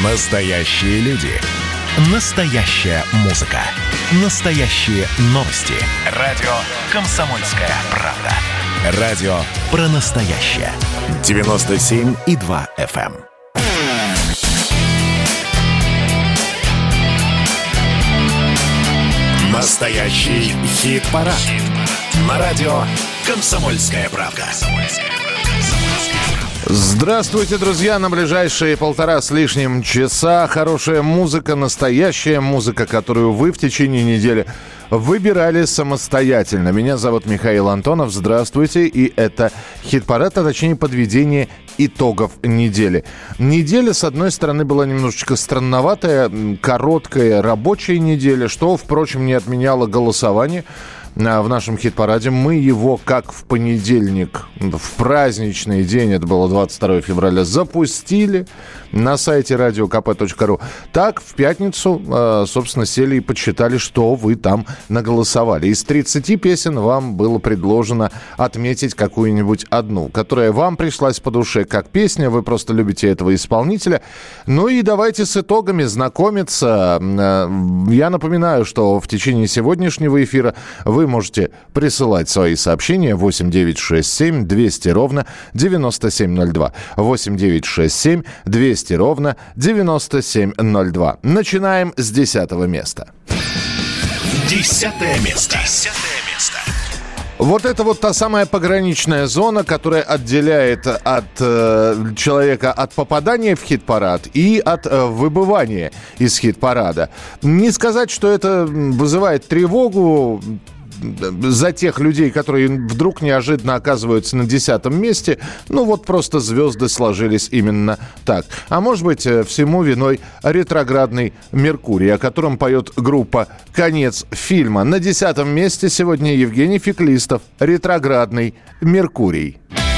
Настоящие люди. Настоящая музыка. Настоящие новости. Радио «Комсомольская правда». Радио про настоящее. 97,2 FM. Настоящий хит-парад. На радио «Комсомольская правда». Здравствуйте, друзья! На ближайшие 1,5 с лишним часа хорошая музыка, настоящая музыка, которую вы в течение недели выбирали самостоятельно. Меня зовут Михаил Антонов. Здравствуйте. И это хит-парад, а точнее подведение итогов недели. Неделя, с одной стороны, была немножечко странноватая, короткая рабочая неделя, что, впрочем, не отменяло голосование в нашем хит-параде. Мы его, как в понедельник, в праздничный день, это было 22 февраля, запустили на сайте radiokp.ru. Так, в пятницу, собственно, сели и подсчитали, что вы там наголосовали. Из 30 песен вам было предложено отметить какую-нибудь одну, которая вам пришлась по душе как песня, вы просто любите этого исполнителя. Ну и давайте с итогами знакомиться. Я напоминаю, что в течение сегодняшнего эфира вы можете присылать свои сообщения 8 9 6 7 200 ровно 9702. 8 9 6 7 200 ровно 9702. Начинаем с 10-го места. 10-е место. Вот это вот та самая пограничная зона, которая отделяет человека от попадания в хит-парад и от выбывания из хит-парада. Не сказать, что это вызывает тревогу за тех людей, которые вдруг неожиданно оказываются на 10-м месте. Ну вот просто звезды сложились именно так. А может быть, всему виной ретроградный Меркурий, о котором поет группа «Конец фильма». На 10-м месте сегодня Евгений Феклистов, «Ретроградный Меркурий».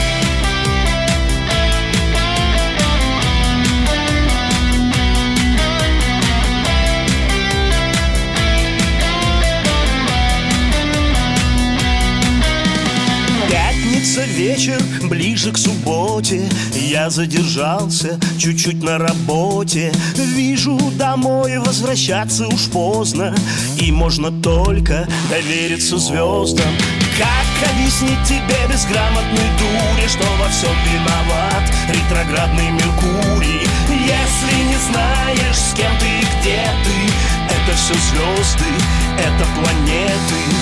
Вечер ближе к субботе, я задержался чуть-чуть на работе. Вижу, домой возвращаться уж поздно, и можно только довериться звездам. Как объяснить тебе, безграмотной дуре, что во всем виноват ретроградный Меркурий? Если не знаешь, с кем ты и где ты, это все звезды, это планеты.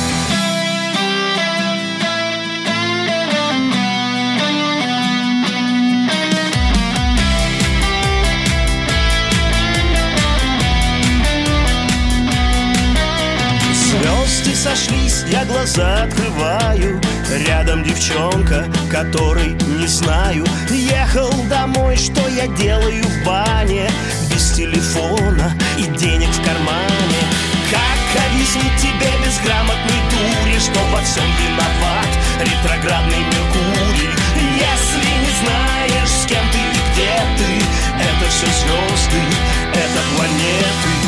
Звезды сошлись, я глаза открываю. Рядом девчонка, которой не знаю. Ехал домой, что я делаю в бане, без телефона и денег в кармане. Как объяснить тебе, безграмотной дуре, что во всем виноват ретроградный Меркурий? Если не знаешь, с кем ты и где ты, это все звезды, это планеты.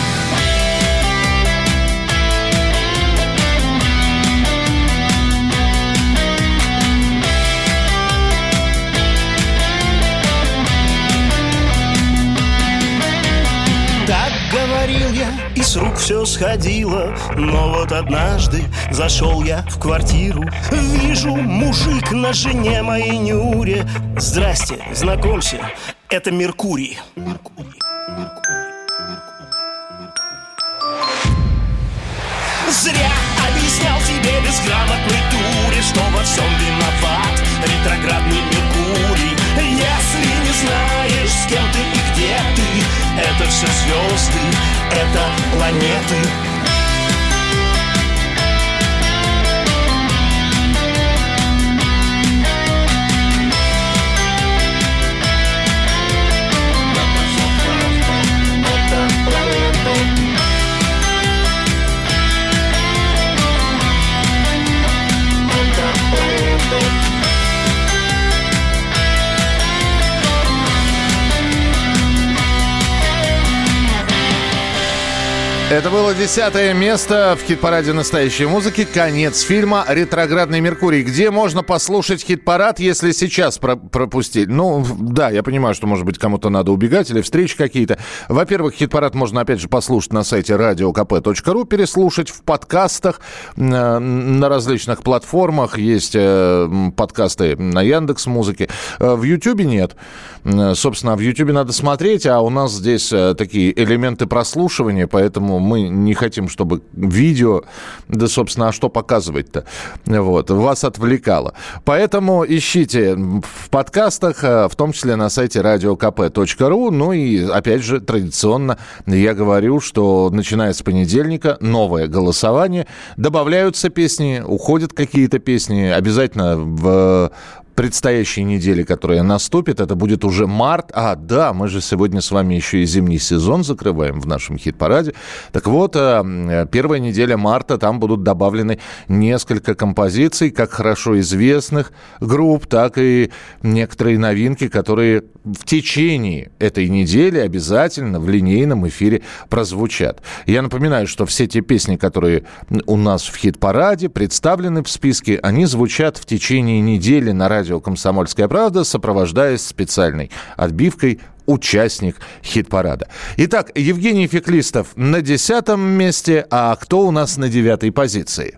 Говорил я, и с рук все сходило. Но вот однажды зашел я в квартиру. Вижу, мужик на жене моей Нюре. Здрасте, знакомься, это Меркурий. Зря объяснял тебе, безграмотной дуре, что во всем виноват ретроградный Меркурий. Если не знаешь, с кем ты и где ты, это все звезды, это планеты. Это было 10-е место в хит-параде настоящей музыки. Конец фильма «Ретроградный Меркурий». Где можно послушать хит-парад, если сейчас пропустить? Ну, да, я понимаю, что, может быть, кому-то надо убегать или встречи какие-то. Во-первых, хит-парад можно, опять же, послушать на сайте radiokp.ru, переслушать в подкастах на различных платформах. Есть подкасты на Яндекс.Музыке. В Ютьюбе нет. Собственно, в Ютьюбе надо смотреть, а у нас здесь такие элементы прослушивания, поэтому мы не хотим, чтобы видео, да, собственно, а что показывать-то? Вот, вас отвлекало. Поэтому ищите в подкастах, в том числе на сайте radiokp.ru. Ну и, опять же, традиционно я говорю, что начиная с понедельника новое голосование. Добавляются песни, уходят какие-то песни. Обязательно в предстоящей неделе, которая наступит, это будет уже март. А, да, мы же сегодня с вами еще и зимний сезон закрываем в нашем хит-параде. Так вот, первая неделя марта, там будут добавлены несколько композиций, как хорошо известных групп, так и некоторые новинки, которые в течение этой недели обязательно в линейном эфире прозвучат. Я напоминаю, что все те песни, которые у нас в хит-параде представлены в списке, они звучат в течение недели на радио «Комсомольская правда», сопровождаясь специальной отбивкой «Участник хит-парада». Итак, Евгений Феклистов на 10-м месте, а кто у нас на 9-й позиции?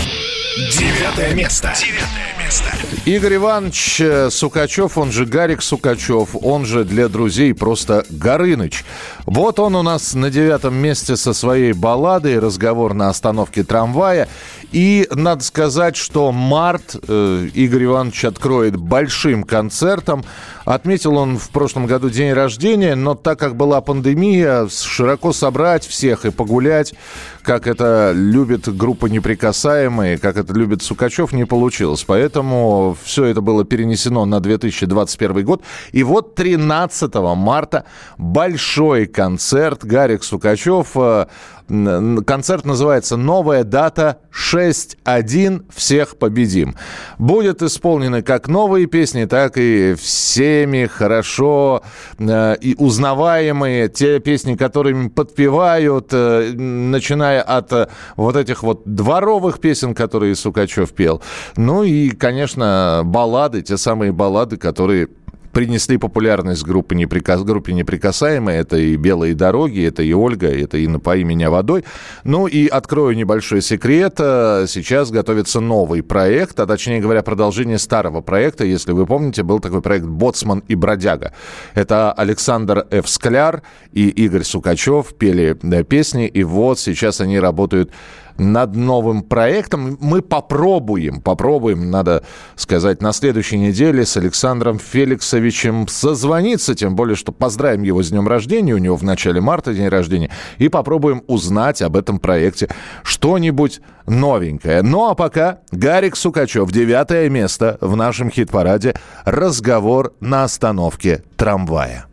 9-е место. Игорь Иванович Сукачев, он же Гарик Сукачев, он же для друзей просто Горыныч. Вот он у нас на 9-м месте со своей балладой «Разговор на остановке трамвая». И надо сказать, что март Игорь Иванович откроет большим концертом. Отметил он в прошлом году день рождения, но так как была пандемия, широко собрать всех и погулять, как это любит группа «Неприкасаемые», как это любит Сукачев, не получилось. Поэтому все это было перенесено на 2021 год. И вот 13 марта большой концерт. Гарик Сукачев. Концерт называется «Новая дата 6.1. Всех победим». Будет исполнены как новые песни, так и всеми хорошо и узнаваемые. Те песни, которыми подпевают, начиная от вот этих вот дворовых песен, которые Сукачев пел. Ну и, конечно, баллады, те самые баллады, которые принесли популярность группе «Неприкасаемые». Это и «Белые дороги», это и «Ольга», это и «Напои меня водой». Ну и открою небольшой секрет. Сейчас готовится новый проект, а точнее говоря, продолжение старого проекта. Если вы помните, был такой проект «Боцман и бродяга». Это Александр Ф. Скляр и Игорь Сукачев пели песни, и вот сейчас они работают над новым проектом. Мы попробуем, надо сказать, на следующей неделе с Александром Феликсовичем созвониться, тем более, что поздравим его с днем рождения, у него в начале марта день рождения, и попробуем узнать об этом проекте что-нибудь новенькое. Ну а пока Гарик Сукачев, 9-е место в нашем хит-параде «Разговор на остановке трамвая».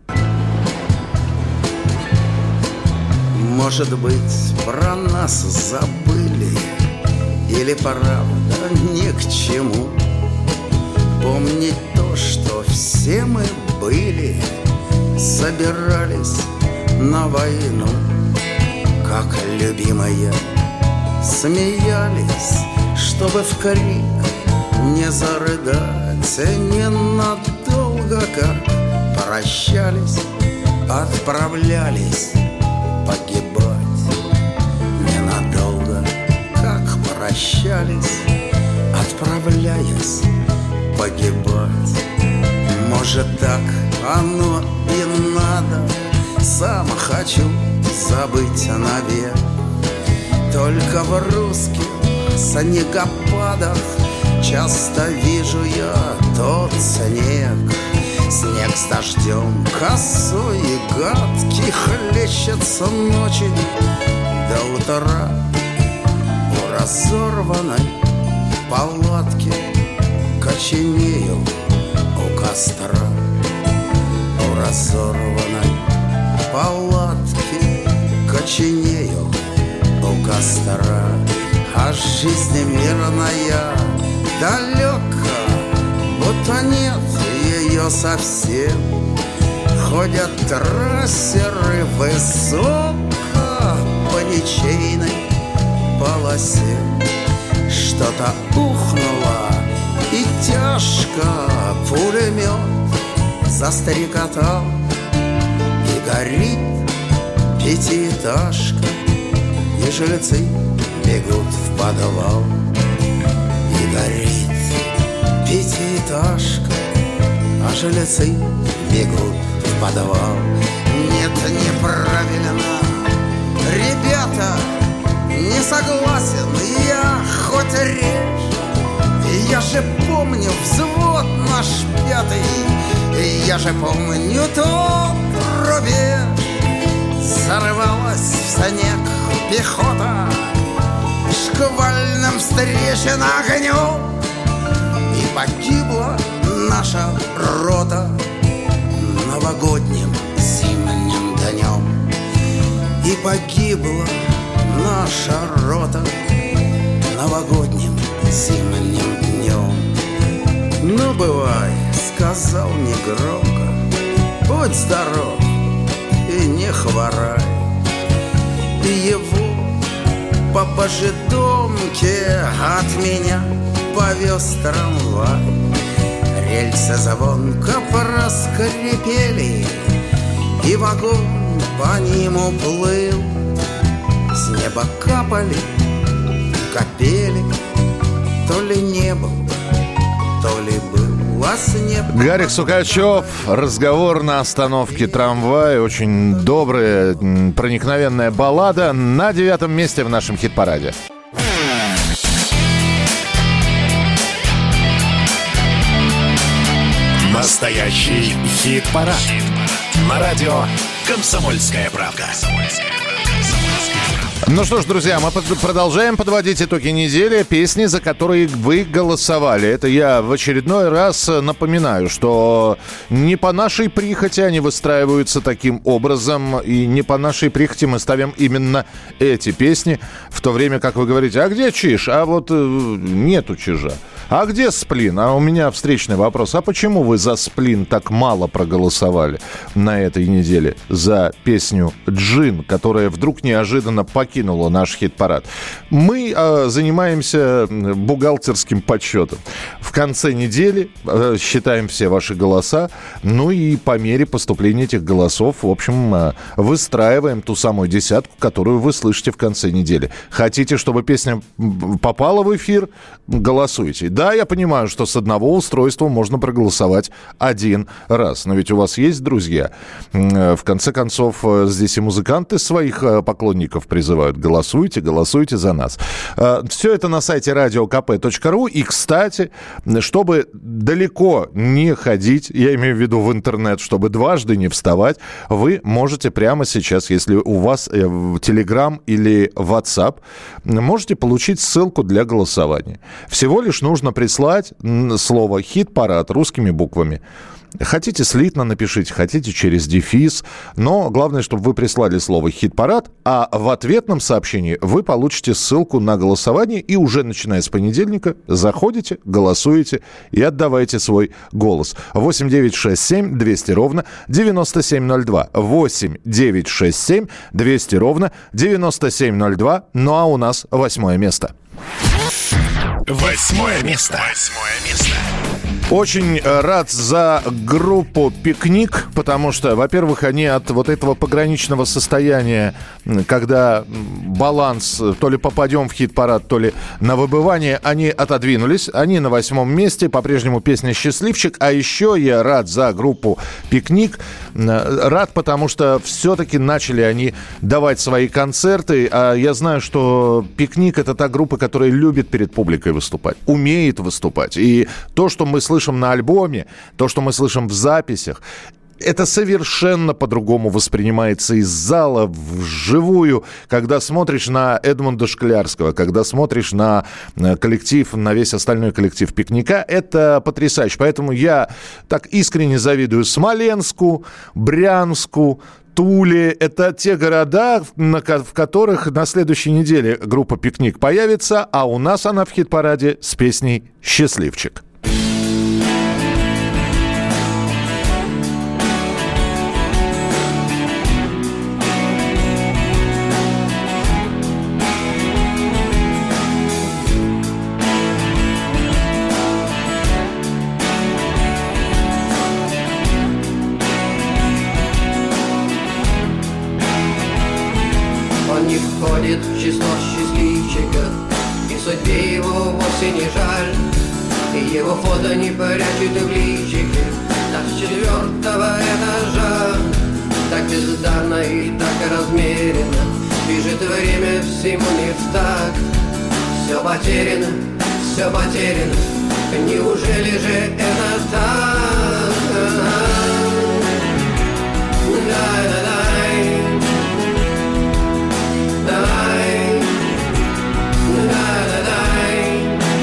Может быть, про нас забыли, или правда ни к чему помнить то, что все мы были, собирались на войну, как любимые, смеялись, чтобы в крик не зарыдать, ненадолго, как прощались, отправлялись погибать. Ненадолго, как прощались, отправляясь погибать. Может, так оно и надо, сам хочу забыть навек. Только в русских снегопадах часто вижу я тот снег. Снег с дождем, косой и гадкий, хлещется ночи до утра. У разорванной палатки коченею у костра. У разорванной палатки коченею у костра. А жизнь мирная далека, будто нет ее совсем. Ходят трассеры высоко по ничейной полосе. Что-то ухнуло, и тяжко пулемет застрекотал, и горит пятиэтажка, и жильцы бегут в подвал. И горит пятиэтажка, а жильцы бегут в подвал. Нет, неправильно, ребята, не согласен я, хоть режь. Я же помню взвод наш 5-й, я же помню тот рубеж. Сорвалась в снег пехота шквальным встречен огнем, и погибла наша рота новогодним зимним днем. И погибла наша рота новогодним зимним днем. Ну, бывай, сказал негромко, будь здоров и не хворай. И его по божедомке от меня повез трамвай. Рельсы звонко проскрипели, и вагон по ним уплыл. С неба капали капели, то ли не был, то ли был, а с неба... Гарик Сукачев, разговор на остановке трамвая. Очень добрая, проникновенная баллада на 9-м месте в нашем хит-параде. Настоящий хит-парад. На радио «Комсомольская правда». Ну что ж, друзья, мы продолжаем подводить итоги недели. Песни, за которые вы голосовали. Это я в очередной раз напоминаю, что не по нашей прихоти они выстраиваются таким образом. И не по нашей прихоти мы ставим именно эти песни. В то время, как вы говорите, а где Чиж? А вот нету Чижа. А где Сплин? А у меня встречный вопрос. А почему вы за Сплин так мало проголосовали на этой неделе? За песню «Джин», которая вдруг неожиданно покинула наш хит-парад. Мы занимаемся бухгалтерским подсчетом. В конце недели считаем все ваши голоса. Ну и по мере поступления этих голосов, в общем, выстраиваем ту самую десятку, которую вы слышите в конце недели. Хотите, чтобы песня попала в эфир? Голосуйте. Да, я понимаю, что с одного устройства можно проголосовать один раз. Но ведь у вас есть друзья. В конце концов, здесь и музыканты своих поклонников призывают. Голосуйте, голосуйте за нас. Все это на сайте radiokp.ru. И, кстати, чтобы далеко не ходить, я имею в виду в интернет, чтобы дважды не вставать, вы можете прямо сейчас, если у вас Telegram или WhatsApp, можете получить ссылку для голосования. Всего лишь нужно прислать слово «хит-парад» русскими буквами. Хотите слитно напишите, хотите через дефис, но главное, чтобы вы прислали слово «хит-парад», а в ответном сообщении вы получите ссылку на голосование, и уже начиная с понедельника заходите, голосуете и отдавайте свой голос. 8 967 200 ровно 9702. 8 967 200 ровно 9702. Ну а у нас 8 место. 8 место. Очень рад за группу «Пикник», потому что, во-первых, они от вот этого пограничного состояния, когда баланс, то ли попадем в хит-парад, то ли на выбывание, они отодвинулись. Они на 8 месте, по-прежнему песня «Счастливчик». А еще я рад за группу «Пикник». Рад, потому что все-таки начали они давать свои концерты. А я знаю, что «Пикник» — это та группа, которая любит перед публикой выступать, умеет выступать. И то, что мы слышим на альбоме, то, что мы слышим в записях, это совершенно по-другому воспринимается из зала вживую, когда смотришь на Эдмунда Шклярского, когда смотришь на коллектив, на весь остальной коллектив «Пикника». Это потрясающе. Поэтому я так искренне завидую Смоленску, Брянску, Туле. Это те города, в которых на следующей неделе группа «Пикник» появится, а у нас она в хит-параде с песней «Счастливчик». не входит в число счастливчиков, и судьбе его вовсе не жаль. И его фото не прячет в личике, так с 4-го этажа. Так бездарно и так размеренно бежит время всему не в такт. Все потеряно, все потеряно, неужели же это так? Дай-дай-дай, дай, дай-дай-дай.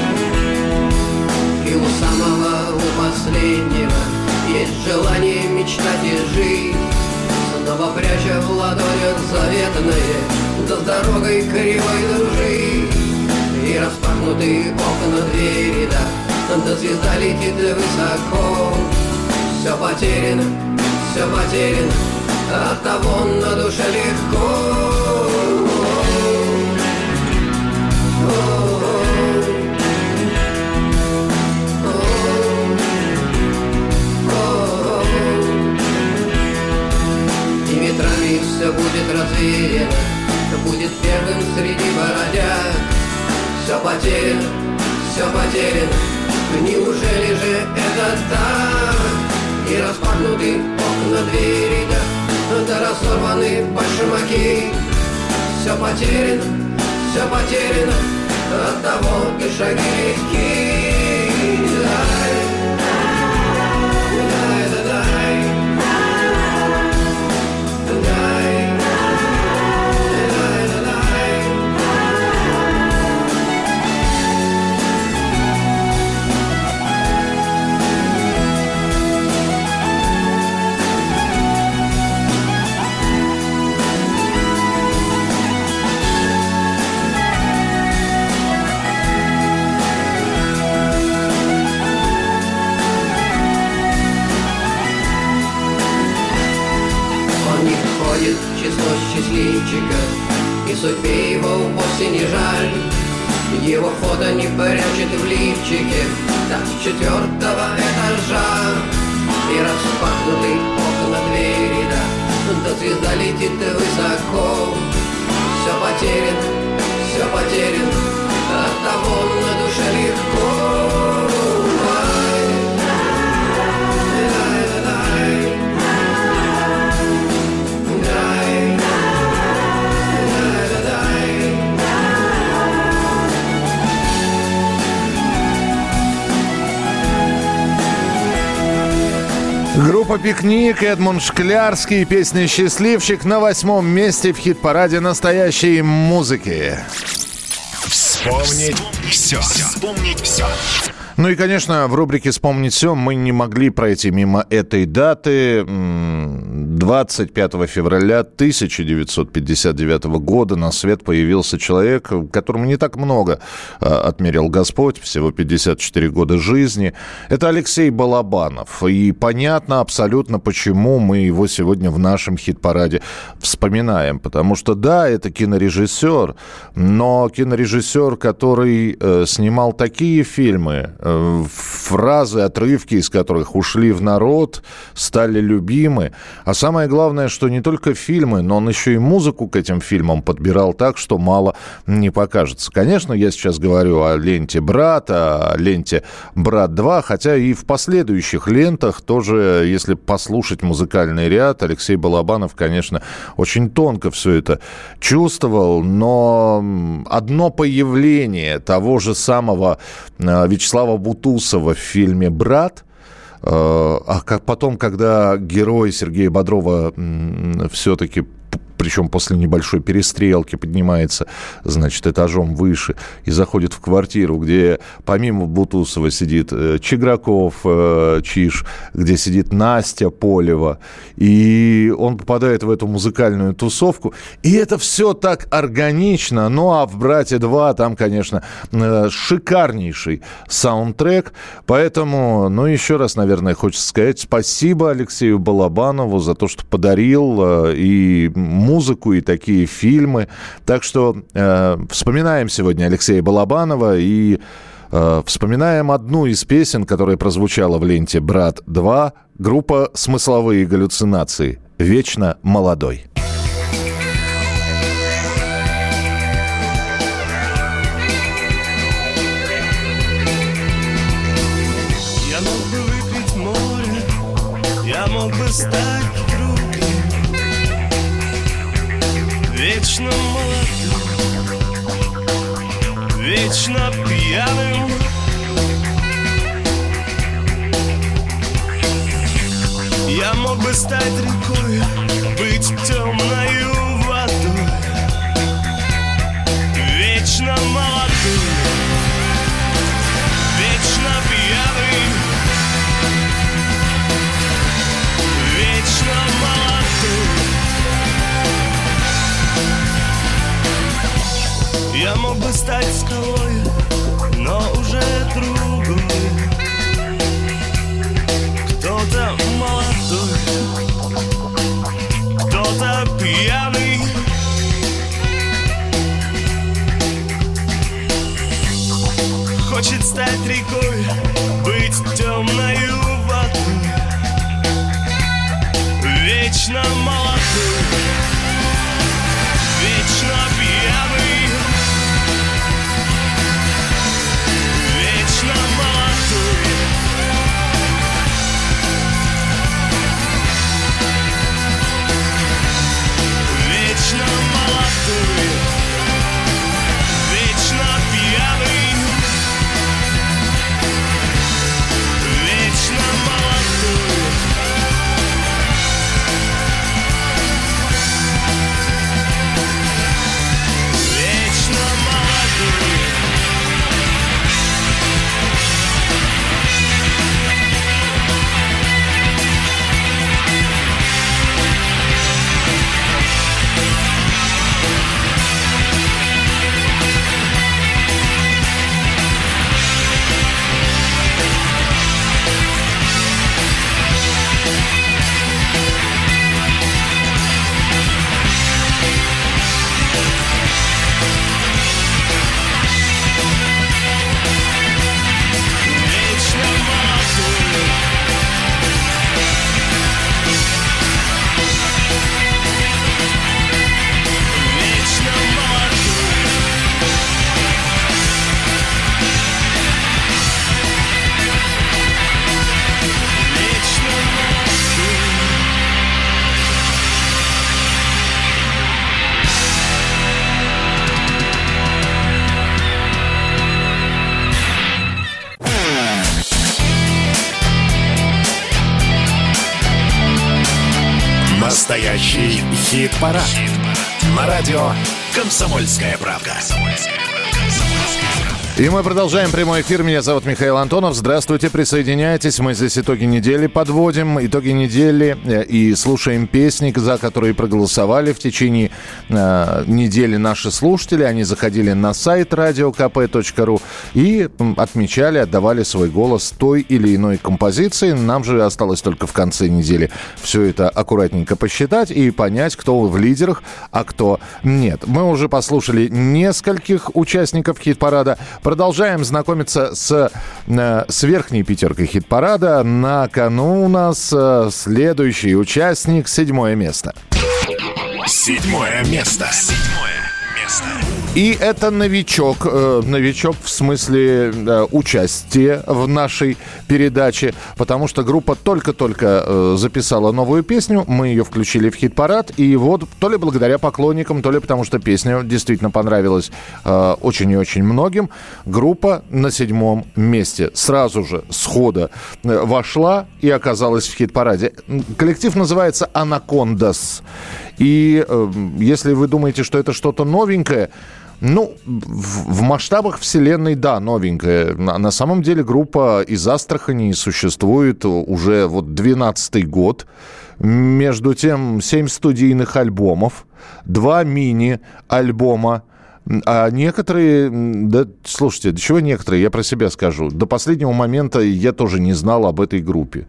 И у самого, у последнего есть желание мечтать и жить, снова пряча в ладонях заветное, да с дорогой кривой дружить. И распахнутые окна двери, да звезда летит высоко. Все потеряно, оттого на душе легко. И ветрами все будет развеяно, будет первым среди бродяг. Все потеряно, неужели же это так? И распахнуты окна двери, да разорваны башмаки. Все потеряно, оттого и шаги легки. Счастливчика, и судьбе его вовсе не жаль. Его фото не прячет в лифчике, так с 4-го этажа. И распахнуты окна двери, да звезда летит высоко. Все потеряно, оттого на душе легко. Группа «Пикник», Эдмунд Шклярский, песня «Счастливчик» на 8-м месте в хит-параде настоящей музыки. Вспомнить все. Вспомнить все. Ну и, конечно, в рубрике «Вспомнить все» мы не могли пройти мимо этой даты. 25 февраля 1959 года на свет появился человек, которому не так много отмерил Господь, всего 54 года жизни. Это Алексей Балабанов. И понятно абсолютно, почему мы его сегодня в нашем хит-параде вспоминаем. Потому что, да, это кинорежиссер, но кинорежиссер, который снимал такие фильмы, фразы, отрывки из которых ушли в народ, стали любимы. А самое главное, что не только фильмы, но он еще и музыку к этим фильмам подбирал так, что мало не покажется. Конечно, я сейчас говорю о ленте «Брат», о ленте «Брат 2», хотя и в последующих лентах тоже, если послушать музыкальный ряд, Алексей Балабанов, конечно, очень тонко все это чувствовал, но одно появление того же самого Вячеслава Бутусова в фильме «Брат», а потом, когда герой Сергея Бодрова все-таки, причем после небольшой перестрелки, поднимается, значит, этажом выше и заходит в квартиру, где помимо Бутусова сидит Чиграков, Чиж, где сидит Настя Полева, и он попадает в эту музыкальную тусовку, и это все так органично. Ну, а в «Брате 2» там, конечно, шикарнейший саундтрек, поэтому, ну, еще раз, наверное, хочется сказать спасибо Алексею Балабанову за то, что подарил и музыку, и такие фильмы. Так что вспоминаем сегодня Алексея Балабанова и вспоминаем одну из песен, которая прозвучала в ленте «Брат 2», группа «Смысловые галлюцинации». «Вечно молодой». стать другим, вечно молодым, вечно пьяным. Я мог бы стать рекой, быть темною водой, вечно молодым, вечно пьяный, вечно молодым. Я мог бы стать скалой, но уже другой. Кто-то молодой, кто-то пьяный. Хочет стать рекой, быть темною водой, вечно молодой, вечно пьяный, вечно молодой. Вечно молодой, вечно пьяный, вечно молодой. Вечно молодой. Настоящий хит-парад. На радио «Комсомольская правда». И мы продолжаем прямой эфир. Меня зовут Михаил Антонов. Здравствуйте, присоединяйтесь. Мы здесь итоги недели подводим. Итоги недели и слушаем песни, за которые проголосовали в течение недели наши слушатели. Они заходили на сайт radiokp.ru и отмечали, отдавали свой голос той или иной композиции. Нам же осталось только в конце недели все это аккуратненько посчитать и понять, кто в лидерах, а кто нет. Мы уже послушали нескольких участников хит-парада. Продолжаем знакомиться с верхней пятеркой хит-парада. На кону у нас следующий участник, 7-е место. 7-е место. И это новичок. Новичок в смысле участия в нашей передаче. Потому что группа только-только записала новую песню. Мы ее включили в хит-парад. И вот то ли благодаря поклонникам, то ли потому что песня действительно понравилась очень и очень многим. Группа на 7-м месте. Сразу же схода вошла и оказалась в хит-параде. Коллектив называется «Анакондас». И если вы думаете, что это что-то новенькое, ну, в масштабах вселенной, да, новенькая. На самом деле группа из Астрахани существует уже вот 12-й год. Между тем 7 студийных альбомов, 2 мини-альбома. А некоторые, да, слушайте, до чего некоторые, я про себя скажу. До последнего момента я тоже не знал об этой группе.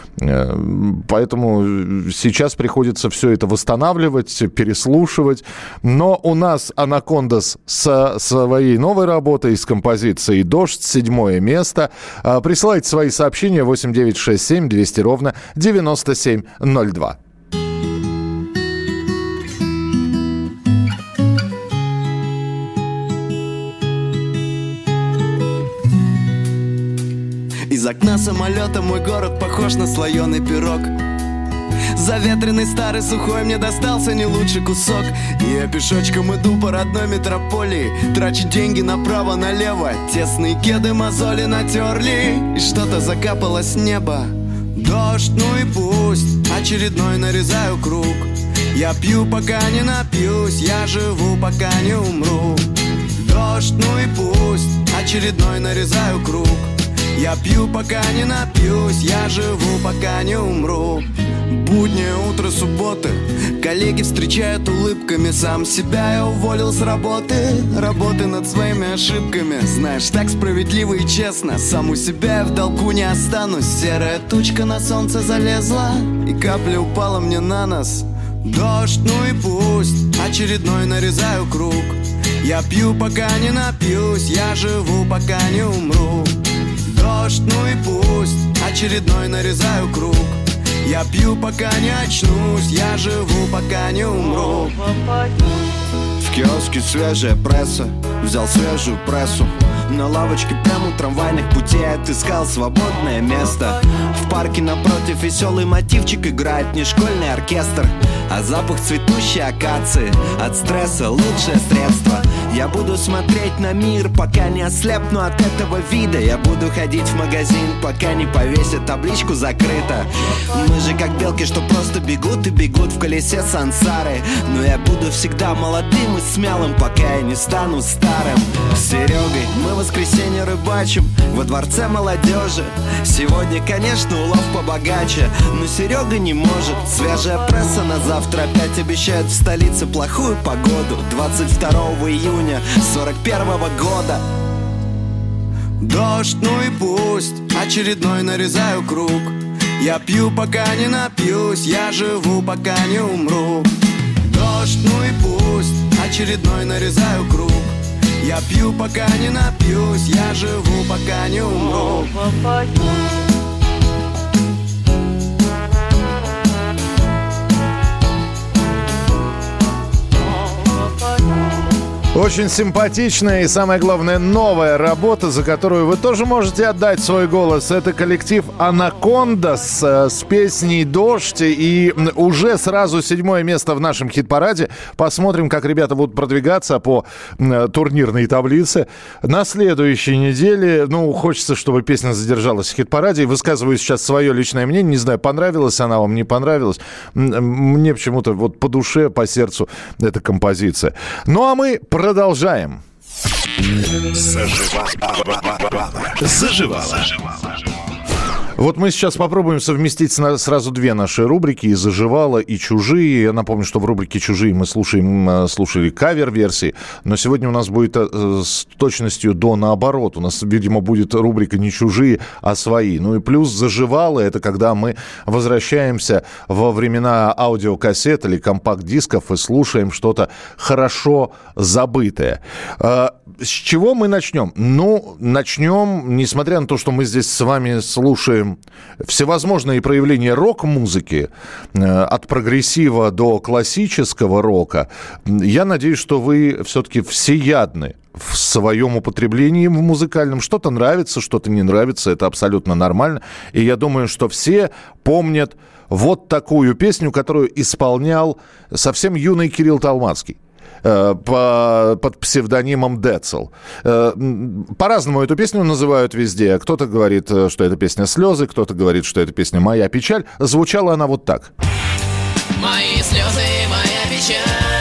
Поэтому сейчас приходится все это восстанавливать, переслушивать. Но у нас «Анакондас» со своей новой работой, с композицией «Дождь», 7-е место. Присылайте свои сообщения 8967 200 ровно 9702. Из окна самолета мой город похож на слоеный пирог. Заветренный, старый, сухой, мне достался не лучший кусок. И я пешочком иду по родной метрополии, трачу деньги направо-налево. Тесные кеды мозоли натерли, и что-то закапало с неба. Дождь, ну и пусть, очередной нарезаю круг. Я пью, пока не напьюсь, я живу, пока не умру. Дождь, ну и пусть, очередной нарезаю круг. Я пью, пока не напьюсь, я живу, пока не умру. Буднее утро субботы, коллеги встречают улыбками. Сам себя я уволил с работы, работы над своими ошибками. Знаешь, так справедливо и честно, сам у себя я в долгу не останусь. Серая тучка на солнце залезла, и капля упала мне на нос. Дождь, ну и пусть, очередной нарезаю круг. Я пью, пока не напьюсь, я живу, пока не умру. Дождь, ну и пусть, очередной нарезаю круг. Я пью, пока не очнусь, я живу, пока не умру. В киоске свежая пресса, взял свежую прессу. На лавочке прямо у трамвайных путей отыскал свободное место. В парке напротив веселый мотивчик играет не школьный оркестр, а запах цветущей акации от стресса лучшее средство. Я буду смотреть на мир, пока не ослепну от этого вида. Я буду ходить в магазин, пока не повесят табличку «Закрыто». Мы же как белки, что просто бегут и бегут в колесе сансары. Но я буду всегда молодым и смелым, пока я не стану старым. С Серегой мы в воскресенье рыбачим во дворце молодежи. Сегодня, конечно, улов побогаче, но Серега не может. Свежая пресса на завтра опять обещает в столице плохую погоду. 22 июня 41-го года. Дождь, ну и пусть, очередной нарезаю круг. Я пью, пока не напьюсь, я живу, пока не умру. Дождь, ну и пусть, очередной нарезаю круг. Я пью, пока не напьюсь, я живу, пока не умру. Очень симпатичная и, самое главное, новая работа, за которую вы тоже можете отдать свой голос. Это коллектив «Анакондас» с песней «Дождь». И уже сразу 7-е место в нашем хит-параде. Посмотрим, как ребята будут продвигаться по турнирной таблице. На следующей неделе, хочется, чтобы песня задержалась в хит-параде. Высказываю сейчас свое личное мнение. Не знаю, понравилась она вам, не понравилась. Мне почему-то по душе, по сердцу эта композиция. Ну, а мы продолжаем. Заживала. Вот мы сейчас попробуем совместить сразу две наши рубрики, и «Заживала», и «Чужие». Я напомню, что в рубрике «Чужие» мы слушали кавер-версии, но сегодня у нас будет с точностью до наоборот. У нас, видимо, будет рубрика не «Чужие», а «Свои». Ну и плюс «Заживала» — это когда мы возвращаемся во времена аудиокассет или компакт-дисков и слушаем что-то хорошо забытое. С чего мы начнем? Начнем, несмотря на то, что мы здесь с вами слушаем всевозможные проявления рок-музыки, от прогрессива до классического рока. Я надеюсь, что вы все-таки всеядны в своем употреблении в музыкальном. Что-то нравится, что-то не нравится. Это абсолютно нормально. И я думаю, что все помнят вот такую песню, которую исполнял совсем юный Кирилл Толмацкий под псевдонимом Децл. По-разному эту песню называют везде. Кто-то говорит, что это песня «Слезы», кто-то говорит, что это песня «Моя печаль». Звучала она вот так. Мои слезы, моя печаль,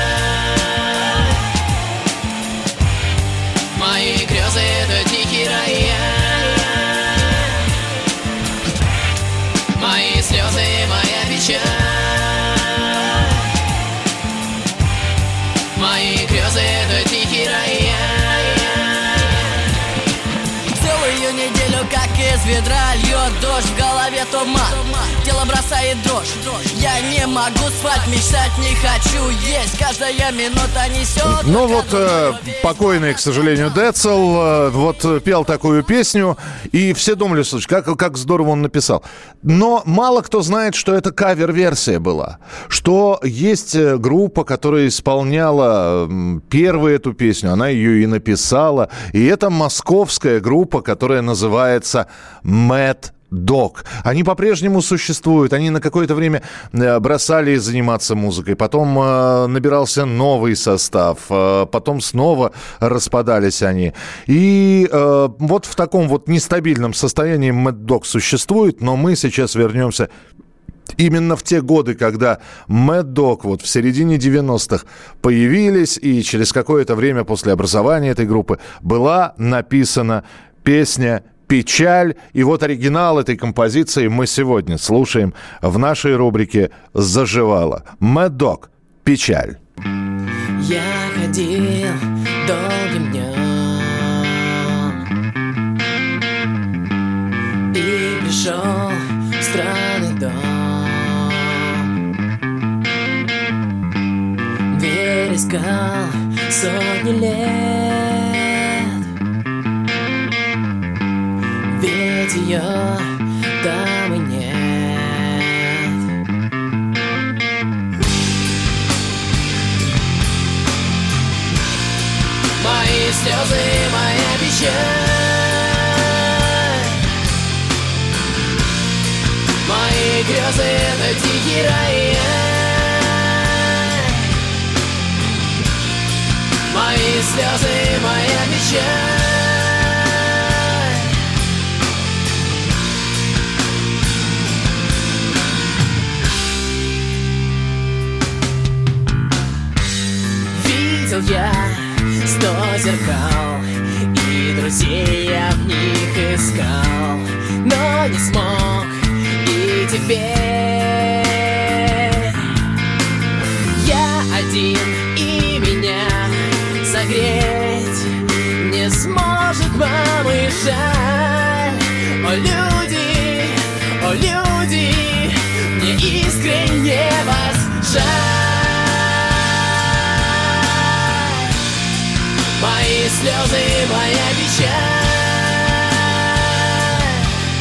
мои грезы — это тихий рояль. Мои слезы, моя печаль, мои грезы — это тихий рояль. Целую неделю, как из ведра, льет дождь, в голове туман, тело бросает дрожь. Я не могу спать, мечтать не хочу, есть каждая минута несет. Покойный, к сожалению, Децл пел такую песню, и все думали, слушай, как здорово он написал. Но мало кто знает, что это кавер-версия была, что есть группа, которая исполняла первую эту песню, она ее и написала, и это московская группа, которая называется Mad Dog. Они по-прежнему существуют. Они на какое-то время бросали заниматься музыкой. Потом набирался новый состав. Потом снова распадались они. И вот в таком вот нестабильном состоянии Mad Dog существует. Но мы сейчас вернемся именно в те годы, когда Mad Dog вот в середине 90-х появились, и через какое-то время после образования этой группы была написана песня «Печаль». И вот оригинал этой композиции мы сегодня слушаем в нашей рубрике «Заживала». Mad Dog «Печаль». Я ходил долгим днем и пришел в странный дом. Дверь искал сотни лет, ведь ее там и нет. Мои слезы, моя печаль, мои грезы, это тихий рай. Мои слезы, моя печаль. Видел я 100 зеркал, и друзей я в них искал, но не смог, и теперь я один, и меня согреть не сможет, мамы, жаль. О, люди, мне искренне вас жаль. Мои слезы, моя печаль,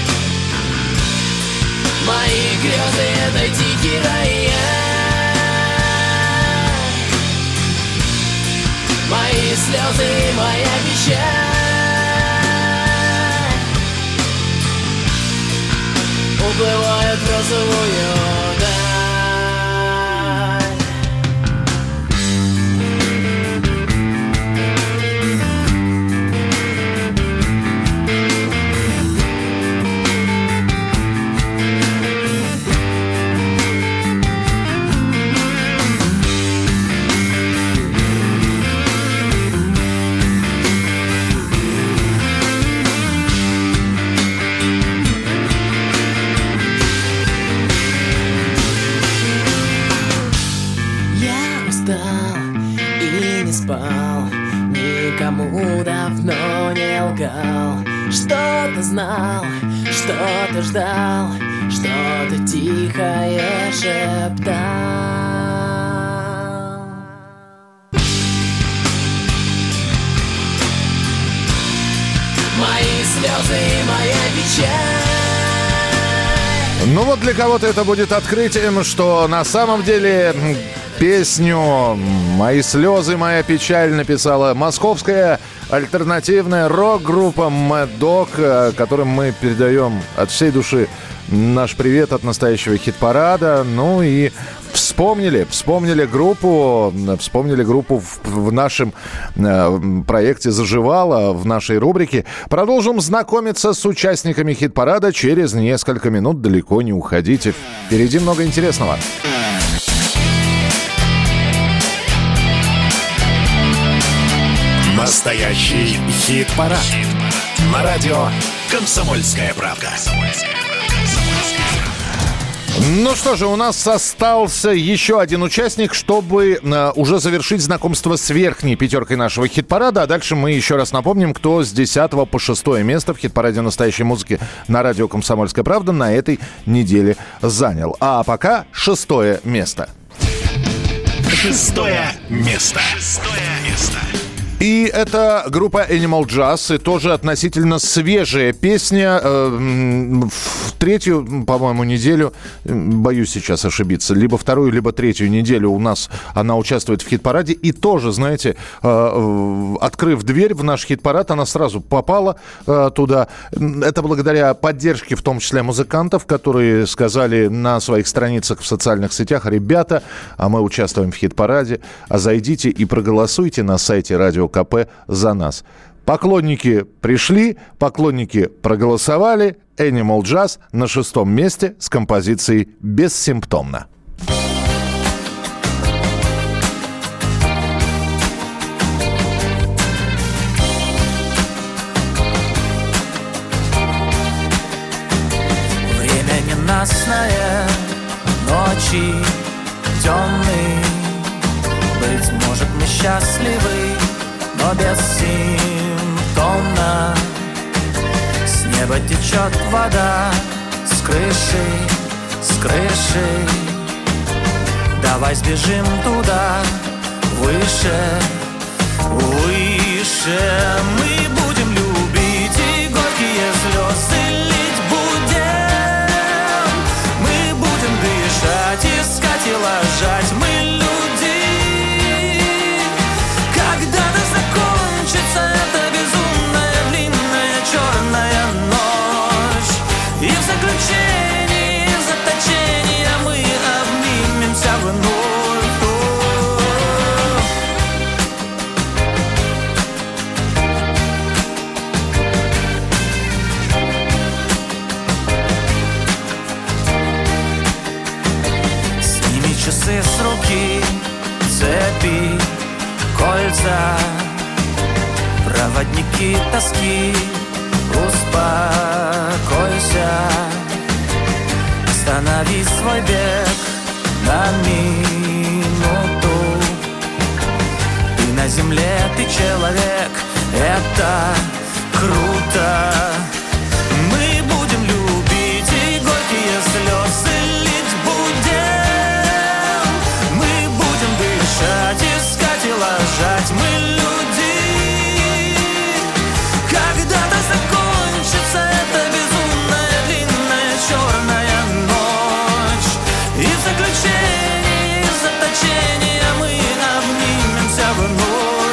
мои грезы, это тихий рай. Мои слезы, моя печаль уплывают в розовую даль. Никому давно не лгал, что-то знал, что-то ждал, что-то тихое шептал. Мои слезы, моя печаль. Ну вот для кого-то это будет открытием, что на самом деле песню «Мои слезы, моя печаль» написала московская альтернативная рок-группа Mad Dog, которым мы передаем от всей души наш привет от настоящего хит-парада. Ну и вспомнили группу в нашем проекте «Заживала», в нашей рубрике. Продолжим знакомиться с участниками хит-парада через несколько минут. Далеко не уходите. Впереди много интересного. Настоящий хит-парад. На радио «Комсомольская правда». Ну что же, у нас остался еще один участник, чтобы уже завершить знакомство с верхней пятеркой нашего хит-парада. А дальше мы еще раз напомним, кто с 10 по 6 место в хит-параде настоящей музыки на радио «Комсомольская правда» на этой неделе занял. А пока 6 место. Шестое место. И это группа Animal Jazz, и тоже относительно свежая песня. В третью, по-моему, неделю, боюсь сейчас ошибиться, либо вторую, либо третью неделю у нас она участвует в хит-параде. И тоже, знаете, открыв дверь в наш хит-парад, она сразу попала туда. Это благодаря поддержке, в том числе музыкантов, которые сказали на своих страницах в социальных сетях: ребята, а мы участвуем в хит-параде, а зайдите и проголосуйте на сайте Радио КП за нас. Поклонники пришли, поклонники проголосовали. Animal Jazz на 6-м месте с композицией «Бессимптомно». Время ненастное, ночи темные. Быть может, мы счастливы, но бессимптомно. С неба течет вода, с крыши. Давай сбежим туда, выше. Мы будем любить и горькие слезы лить будем. Мы будем дышать, искать и ложать. Мы люди. Когда-то закончится эта безумная, длинная, черная ночь. И в заключении, в заточении мы обнимемся вновь. Сними часы с руки, цепи, кольца, проводники тоски. Успокойся, останови свой бег на минуту. Ты на земле, ты человек, это круто. Мы будем любить и горькие слезы лить будем. Мы будем дышать, искать и ложать. Мы люди. Когда-то закончится эта безумная, длинная, черная ночь. И в заключении, в заточении мы обнимемся вновь.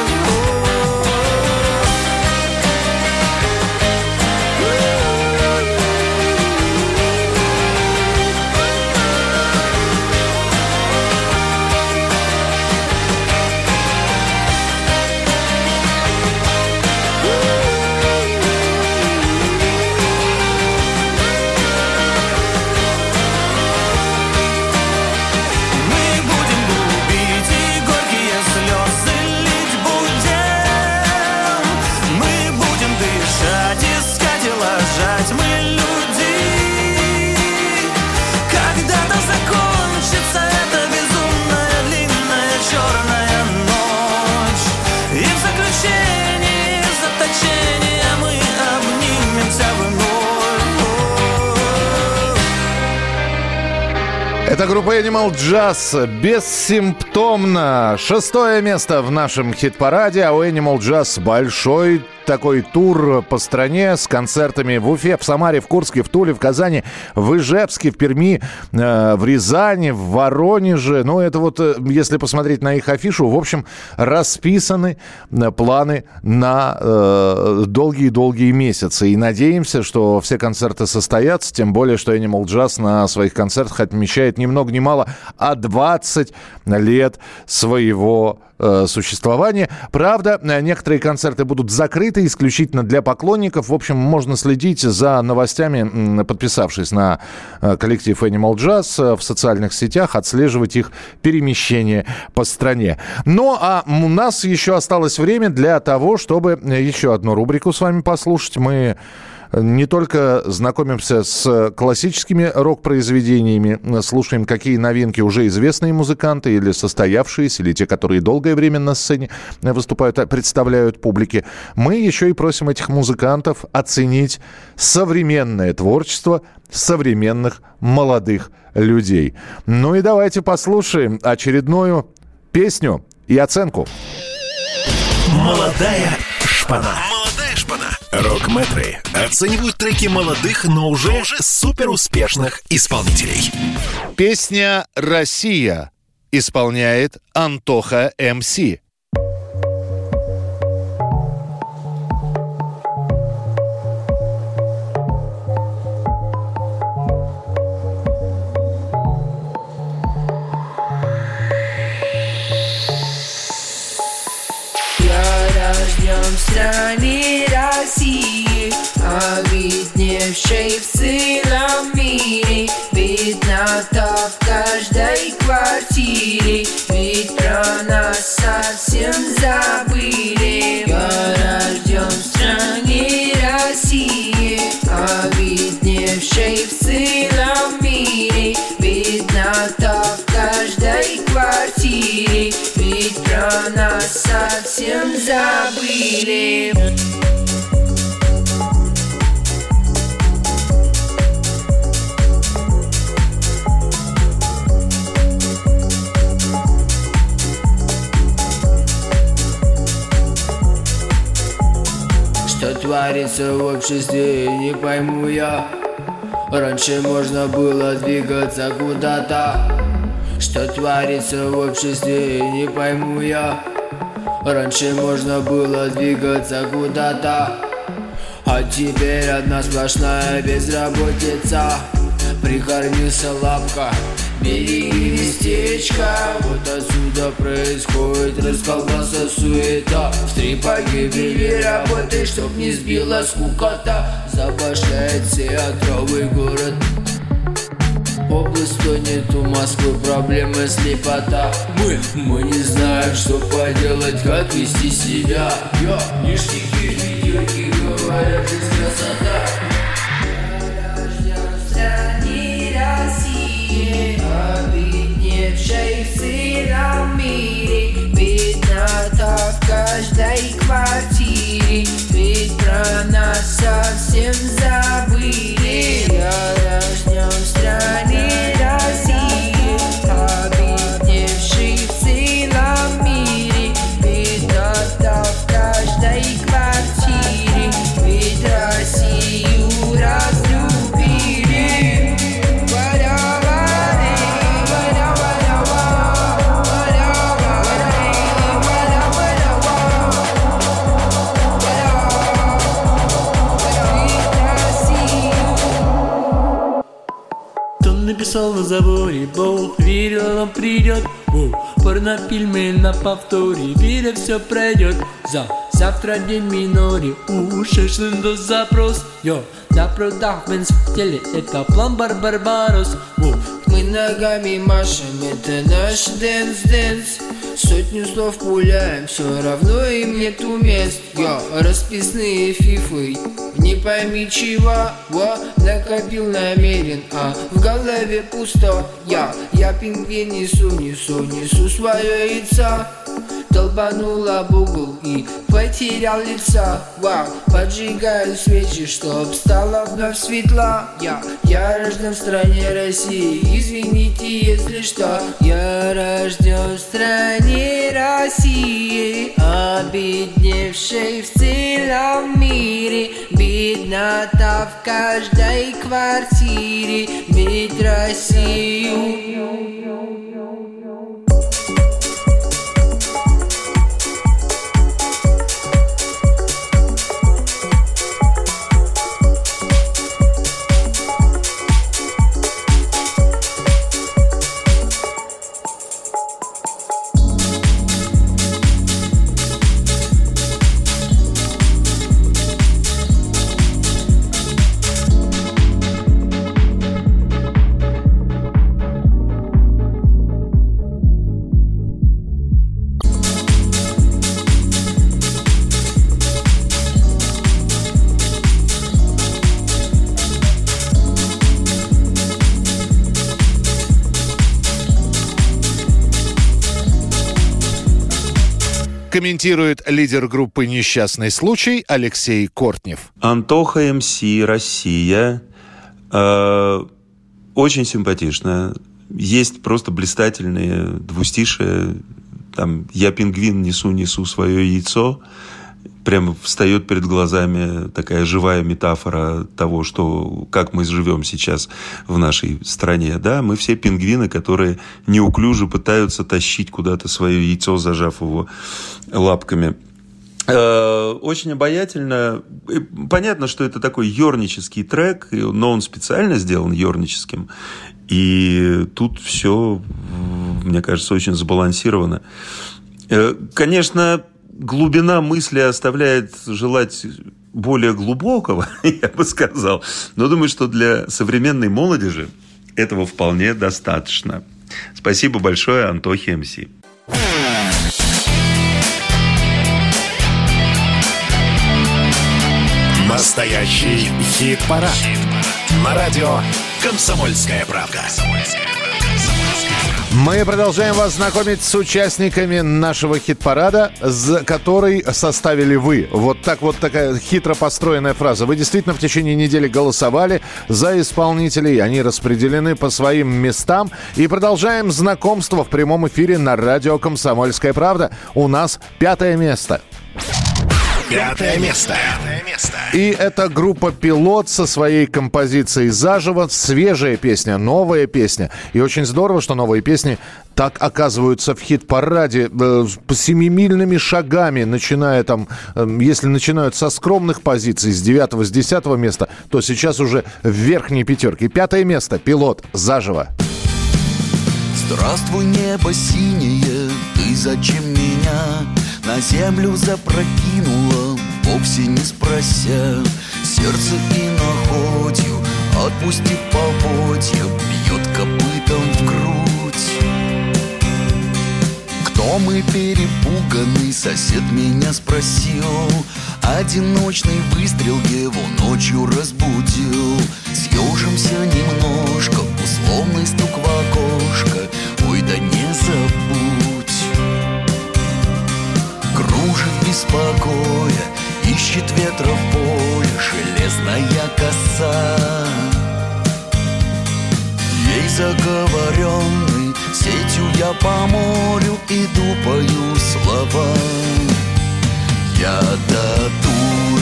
Это группа Animal Jazz «Бессимптомно». 6-е место в нашем хит-параде, а у Animal Jazz большой такой тур по стране с концертами в Уфе, в Самаре, в Курске, в Туле, в Казани, в Ижевске, в Перми, в Рязани, в Воронеже. Ну, это вот, если посмотреть на их афишу, в общем, расписаны планы на долгие-долгие месяцы. И надеемся, что все концерты состоятся, тем более, что Animal Jazz на своих концертах отмечает ни много ни мало, а 20 лет своего существования. Правда, некоторые концерты будут закрыты исключительно для поклонников. В общем, можно следить за новостями, подписавшись на коллектив Animal Jazz в социальных сетях, отслеживать их перемещение по стране. Ну, а у нас еще осталось время для того, чтобы еще одну рубрику с вами послушать. Мы не только знакомимся с классическими рок-произведениями, слушаем, какие новинки уже известные музыканты или состоявшиеся, или те, которые долгое время на сцене выступают, представляют публике. Мы еще и просим этих музыкантов оценить современное творчество современных молодых людей. Ну и давайте послушаем очередную песню и оценку. Молодая шпана. Молодая шпана. Рок-мэтры оценивают треки молодых, но уже суперуспешных исполнителей. Песня «Россия» исполняет Антоха МС. В стране России, объединившей в целом мире, видно то в каждой квартире, ведь про нас совсем забыли. Я рожден в стране России, объединившей в целом мире, видно то в каждой квартире, ведь про нас совсем забыли. Что творится в обществе, не пойму я. Раньше можно было двигаться куда-то. Что творится в обществе, не пойму я. Раньше можно было двигаться куда-то, а теперь одна сплошная безработица. Прикормился лапка, бери местечко. Вот отсюда происходит расколбаса, суета. В три погибели работы, чтоб не сбила скукота. Забашляет театровый город. Область тонет, у Москвы проблемы слепота. Мы не знаем, что поделать, как вести себя. Ништяки, видюки, говорят, жизнь красота. Я рожден в стране России, объединившей в целом мире, видно то в каждой квартире, ведь про нас совсем забыли. Я рожден в стране России, объединившей в целом мире, видно то в каждой квартире, ведь Россию разлюбили. Написал на заборе, Бог верил, он придет. Порнофильмы на повторе, веря, все пройдет. Завтра день минори, ушедший запрос. На прудах Бенз в теле, это план Барбарос. Мы ногами машем, это наш дэнс-дэнс. Сотню слов пуляем, все равно им нету мест. Расписные фифы, не пойми чего. Накопил намерен, а в голове пусто. Я пингвин несу свое яйцо. Долбанул об угол и потерял лица. Поджигаю свечи, чтоб стало вновь светло. Я рожден в стране России, извините, если что. Я рожден в стране России, объединившей в целом мире, беднота в каждой квартире, ведь Россию. Комментирует лидер группы «Несчастный случай» Алексей Кортнев. Антоха МС, Россия. Очень симпатично. Есть просто блистательные двустишие. там «Я пингвин, несу свое яйцо». Прямо встает перед глазами такая живая метафора того, как мы живем сейчас в нашей стране. Да, мы все пингвины, которые неуклюже пытаются тащить куда-то свое яйцо, зажав его лапками. Очень обаятельно. Понятно, что это такой ёрнический трек, но он специально сделан ёрническим. И тут все, мне кажется, очень сбалансировано. Конечно, глубина мысли оставляет желать более глубокого, я бы сказал. Но думаю, что для современной молодежи этого вполне достаточно. Спасибо большое, Антохи МС. Настоящий хит-парад. На радио «Комсомольская правда». Мы продолжаем вас знакомить с участниками нашего хит-парада, который составили вы. Вот такая хитро построенная фраза. Вы действительно в течение недели голосовали за исполнителей. Они распределены по своим местам. И продолжаем знакомство в прямом эфире на радио «Комсомольская правда». У нас 5-е место. 5-е место. И это группа «Пилот» со своей композицией «Заживо». Свежая песня, новая песня. И очень здорово, что новые песни так оказываются в хит-параде семимильными шагами, начиная там, если начинают со скромных позиций, с 9-го, с 10-го места, то сейчас уже в верхней пятерке. 5-е место. «Пилот». «Заживо». Здравствуй, небо синее, ты зачем меня на землю запрокинула, вовсе не спрося? Сердце и находью, отпустив поводья, бьет копытом в грудь. Кто мы, перепуганный сосед меня спросил. Одиночный выстрел его ночью разбудил. Съежимся немножко, условный стук в окошко. Ой, да не забудь. Кружит беспокоя, ищет ветра в поле железная коса. Ей заговоренный сетью я по морю иду, пою слова. Я татуировку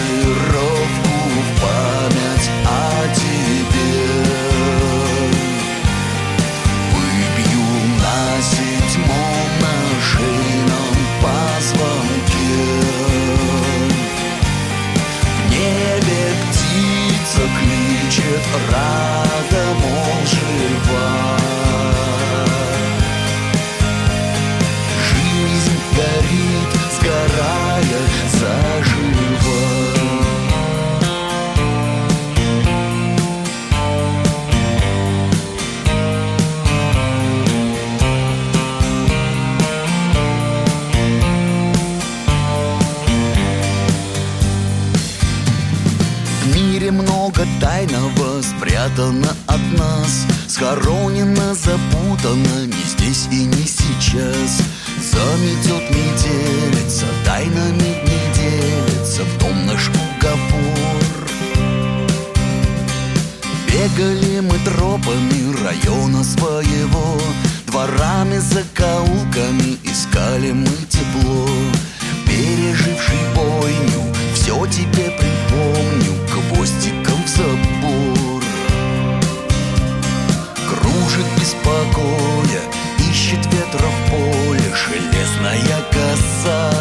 в память о тебе выбью на 7-м на шейном позвонке. В небе птица кличет, рада, мол, жива. Жизнь горит, сгорая заживо. В мире много тайного спрятано от нас, схоронено, запутано не здесь и не сейчас. Заметет метелица, тайнами не делится, в том наш уговор. Бегали мы тропами района своего, дворами, закоулками искали мы тепло. Переживший бойню, все тебе припомню, гвоздиком в забор. Кружит беспокоя, ищет ветра в поле железная коса.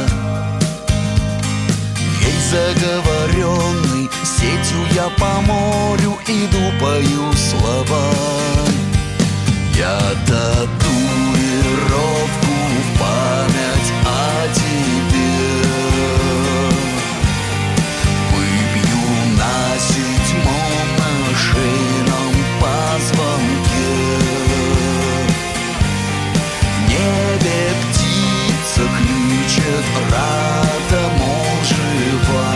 Ей заговоренный сетью я по морю иду, пою слова. Я татуировку в память о тебе выбью на 7-м на шейном позвонке. В небе птица кличет, рада, мол, жива.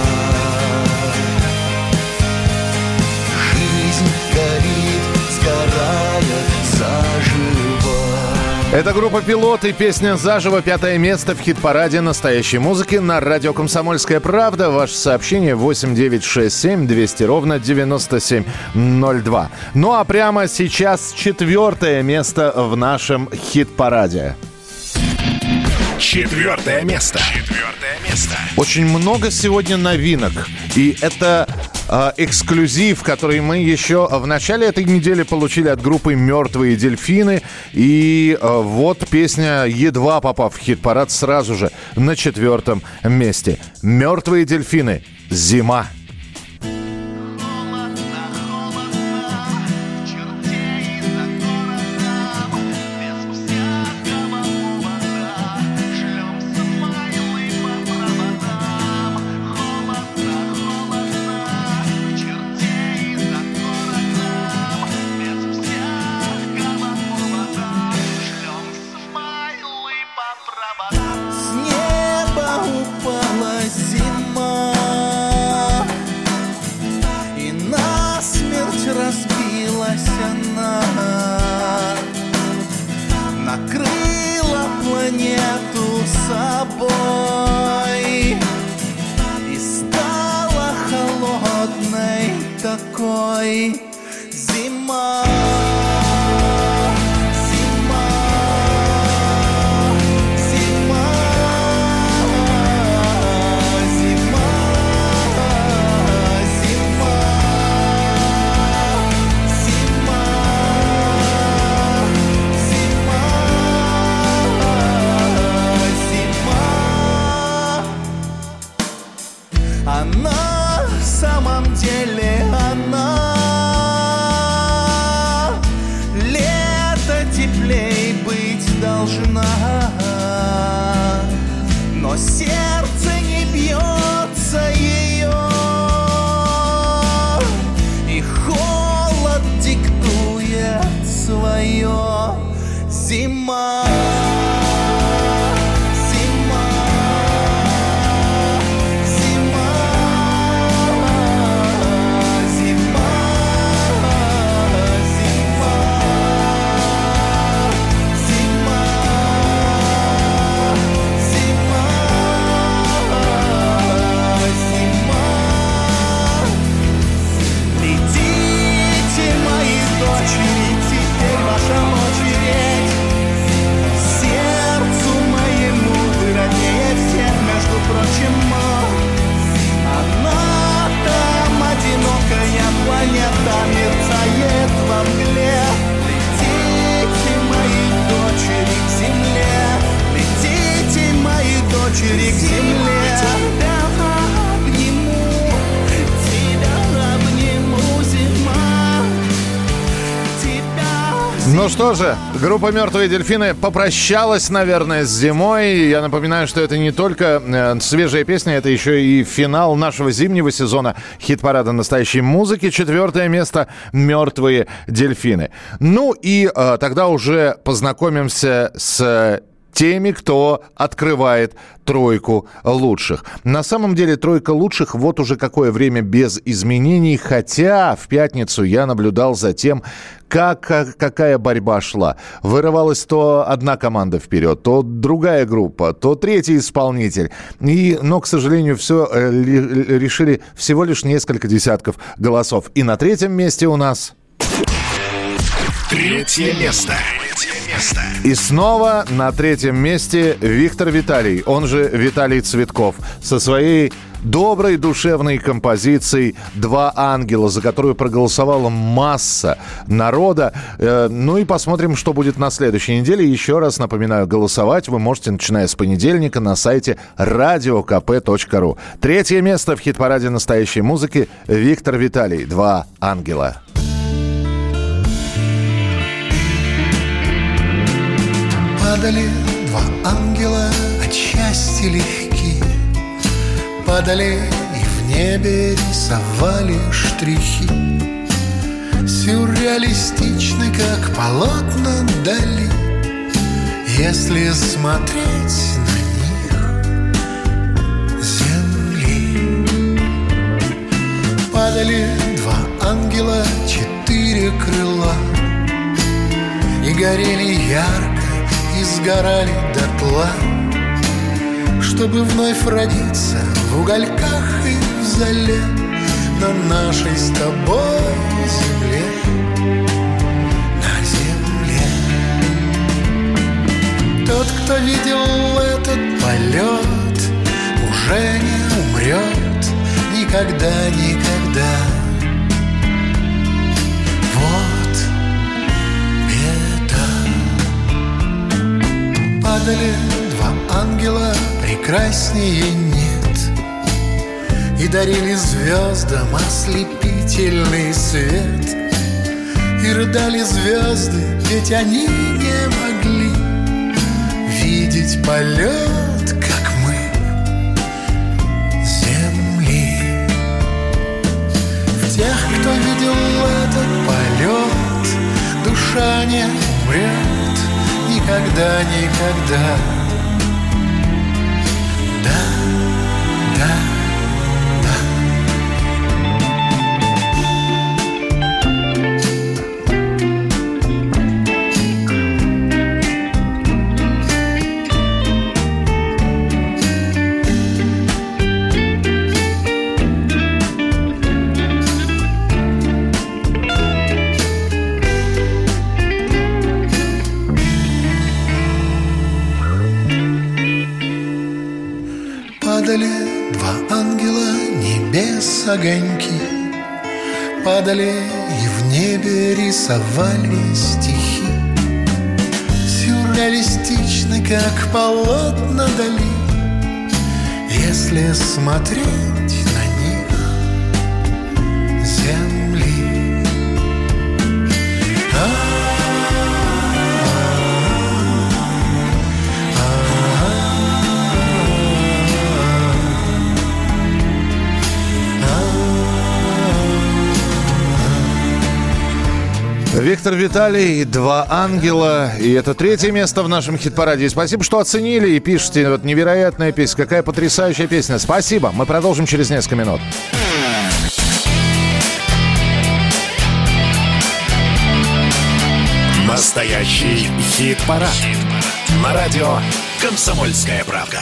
Жизнь горит, сгорая заживо. Это группа «Пилот» и песня «Заживо». 5-е место в хит-параде настоящей музыки на радио «Комсомольская правда». Ваше сообщение 8967 200 ровно 9702. Ну а прямо сейчас 4-е место в нашем хит-параде. 4 место. Очень много сегодня новинок. И это эксклюзив, который мы еще в начале этой недели получили от группы «Мертвые дельфины». И вот песня, едва попав в хит-парад, сразу же на 4 месте. «Мертвые дельфины. Зима». Накрыла планету собой и стала холодной такой зима. На самом деле она лето теплей быть должна, но сердце не бьется ее, и холод диктует свое. Зима. Планета мерцает во мгле. Летите, мои дочери, к земле. Летите, мои дочери, к земле. Тебя обниму, зима. Ну что же, группа «Мертвые дельфины» попрощалась, наверное, с зимой. Я напоминаю, что это не только свежая песня, это еще и финал нашего зимнего сезона хит-парада настоящей музыки. 4 место «Мертвые дельфины». Ну и тогда уже познакомимся с теми, кто открывает тройку лучших. На самом деле тройка лучших вот уже какое время без изменений, хотя в пятницу я наблюдал за тем, какая борьба шла. Вырывалась то одна команда вперед, то другая группа, то третий исполнитель. Но, к сожалению, все решили всего лишь несколько десятков голосов. И на 3 месте у нас... 3 место. И снова на 3 месте Виктор Виталий, он же Виталий Цветков, со своей доброй душевной композицией «Два ангела», за которую проголосовала масса народа. Ну и посмотрим, что будет на следующей неделе. Еще раз напоминаю, голосовать вы можете, начиная с понедельника, на сайте radiokp.ru. 3 место в хит-параде настоящей музыки Виктор Виталий «Два ангела». Падали 2 ангела, от счастья легки, падали и в небе рисовали штрихи, сюрреалистичны, как полотна Дали, если смотреть на них земли. Падали 2 ангела, 4 крыла, и горели ярко, и сгорали дотла, чтобы вновь родиться в угольках и в золе на нашей с тобой земле, на земле. Тот, кто видел это никогда, никогда. Вот беда. Падали два ангела, прекраснее нет, и дарили звездам ослепительный свет. И рыдали звезды, ведь они не могли видеть полет, как мы, земли. В тех, кто видел этот полет, душа не умрет никогда, никогда. Да, да. Падали два ангела, небес огоньки, падали и в небе рисовали стихи, сюрреалистичны, как полотна дали, если смотреть на них земли. Виктор Виталий и «Два ангела». И это третье место в нашем хит-параде. И спасибо, что оценили и пишете. Вот невероятная песня. Какая потрясающая песня. Спасибо. Мы продолжим через несколько минут. Настоящий хит-парад. На радио «Комсомольская правда».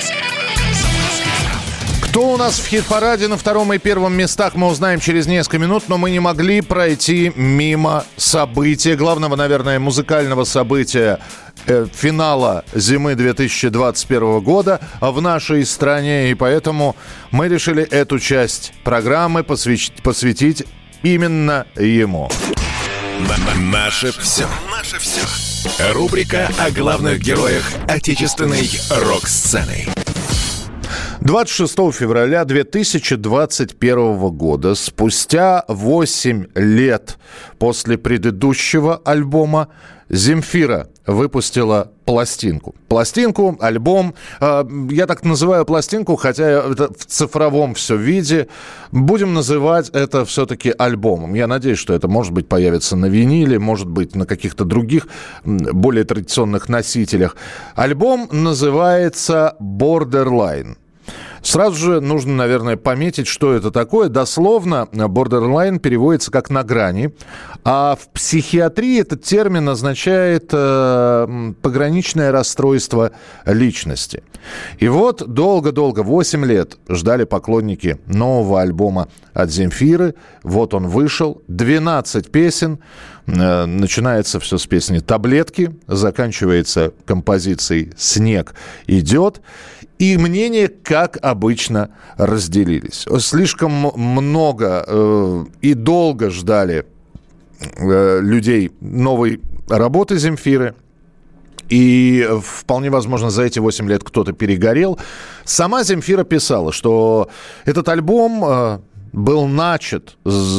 Кто у нас в хит-параде на втором и первом местах, мы узнаем через несколько минут, но мы не могли пройти мимо события, главного, наверное, музыкального события финала зимы 2021 года в нашей стране, и поэтому мы решили эту часть программы посвятить именно ему. Наше все. Наше все. Рубрика о главных героях отечественной рок-сцены. 26 февраля 2021 года, спустя 8 лет после предыдущего альбома, Земфира выпустила пластинку. Пластинку, альбом, я так называю пластинку, хотя это в цифровом все виде. Будем называть это все-таки альбомом. Я надеюсь, что это, может быть, появится на виниле, может быть, на каких-то других, более традиционных носителях. Альбом называется «Borderline». Сразу же нужно, наверное, пометить, что это такое. Дословно borderline переводится как «на грани», а в психиатрии этот термин означает пограничное расстройство личности. И вот долго-долго, 8 лет ждали поклонники нового альбома от Земфиры. Вот он вышел, 12 песен. Начинается все с песни «Таблетки», заканчивается композицией «Снег идет». И мнения, как обычно, разделились. Слишком много и долго ждали людей новой работы Земфиры. И вполне возможно, за эти 8 лет кто-то перегорел. Сама Земфира писала, что этот альбом был начат,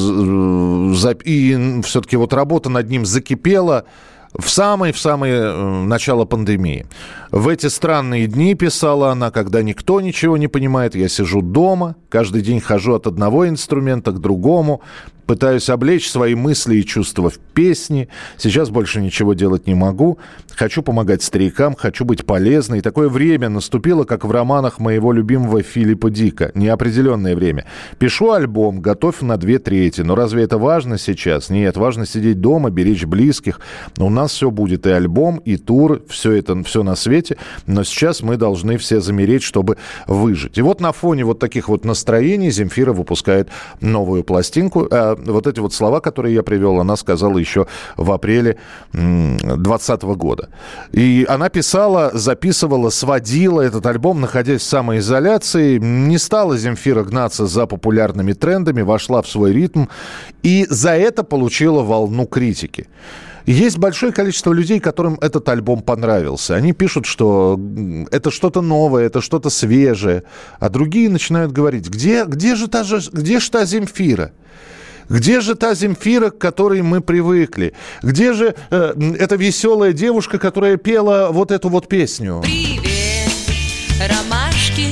и все-таки вот работа над ним закипела в самое начало пандемии. В эти странные дни, писала она, когда никто ничего не понимает, я сижу дома, каждый день хожу от одного инструмента к другому, пытаюсь облечь свои мысли и чувства в песни. Сейчас больше ничего делать не могу. Хочу помогать старикам, хочу быть полезной. И такое время наступило, как в романах моего любимого Филиппа Дика. Неопределенное время. Пишу альбом, готов на 2/3. Но разве это важно сейчас? Нет, важно сидеть дома, беречь близких. Но у нас все будет. И альбом, и тур. Все это, все на свете дети, но сейчас мы должны все замереть, чтобы выжить. И вот на фоне вот таких вот настроений Земфира выпускает новую пластинку. Вот эти вот слова, которые я привел, она сказала еще в апреле 2020 года. И она писала, записывала, сводила этот альбом, находясь в самоизоляции. Не стала Земфира гнаться за популярными трендами, вошла в свой ритм и за это получила волну критики. Есть большое количество людей, которым этот альбом понравился. Они пишут, что это что-то новое, это что-то свежее. А другие начинают говорить, где же та Земфира? Где же та Земфира, к которой мы привыкли? Где же эта веселая девушка, которая пела вот эту вот песню? Привет, ромашки.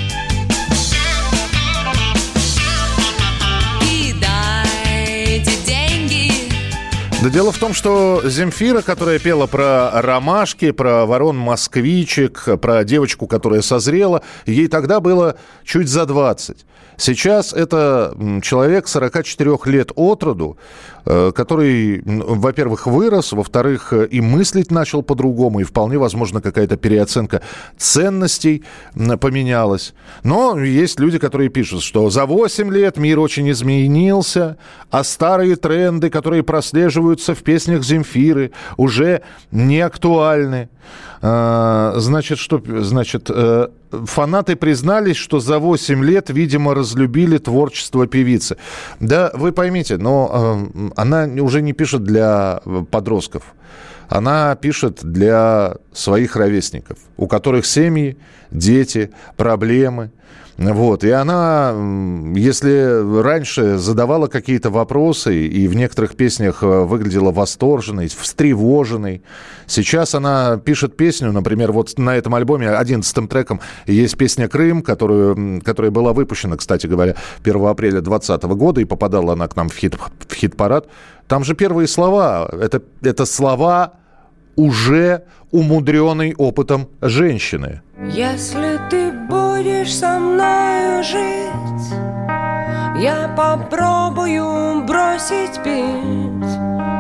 Да дело в том, что Земфира, которая пела про ромашки, про ворон-москвичек, про девочку, которая созрела, ей тогда было чуть за 20. Сейчас это человек 44 лет от роду, который, во-первых, вырос, во-вторых, и мыслить начал по-другому, и вполне возможно какая-то переоценка ценностей поменялась. Но есть люди, которые пишут, что за 8 лет мир очень изменился, а старые тренды, которые прослеживаются в песнях Земфиры, уже не актуальны. Значит, фанаты признались, что за 8 лет, видимо, разлюбили творчество певицы. Да, вы поймите, но она уже не пишет для подростков. Она пишет для своих ровесников, у которых семьи, дети, проблемы. Вот. И она, если раньше задавала какие-то вопросы и в некоторых песнях выглядела восторженной, встревоженной, сейчас она пишет песню, например, вот на этом альбоме 11-м треком есть песня «Крым», которая была выпущена, кстати говоря, 1 апреля 2020 года, и попадала она к нам в хит-парад. Там же первые слова, это слова уже умудренной опытом женщины. Если ты будешь со мною жить, я попробую бросить пить,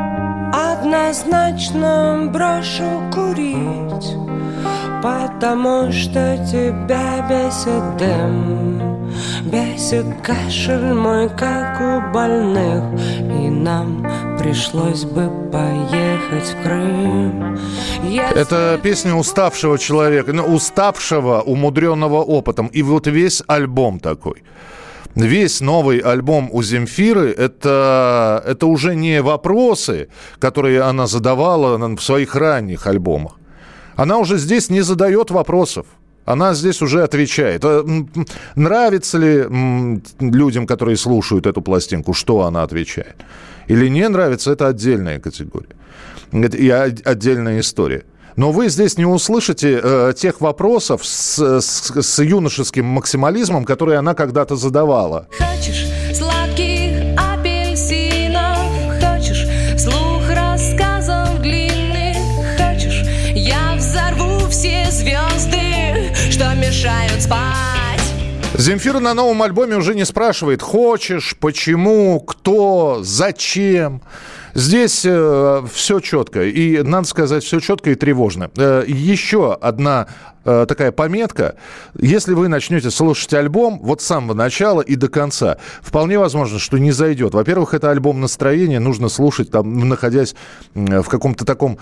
однозначно брошу курить, потому что тебя бесит дым, бесит кашель мой, как у больных, и нам пришлось бы поехать в Крым. Это песня уставшего человека, уставшего, умудренного опытом. И вот весь альбом такой. Весь новый альбом у Земфиры это уже не вопросы, которые она задавала в своих ранних альбомах. Она уже здесь не задает вопросов. Она здесь уже отвечает. Нравится ли людям, которые слушают эту пластинку, что она отвечает? Или не нравится, это отдельная категория. И отдельная история. Но вы здесь не услышите тех вопросов с юношеским максимализмом, которые она когда-то задавала. Хочешь сладких апельсинов, хочешь вслух рассказов длинных, хочешь я взорву все звезды, что мешают спать. Земфира на новом альбоме уже не спрашивает, хочешь, почему, кто, зачем. Здесь все четко. И, надо сказать, все четко и тревожно. Еще одна такая пометка. Если вы начнете слушать альбом вот с самого начала и до конца, вполне возможно, что не зайдет. Во-первых, это альбом настроения. Нужно слушать, там, находясь в каком-то таком...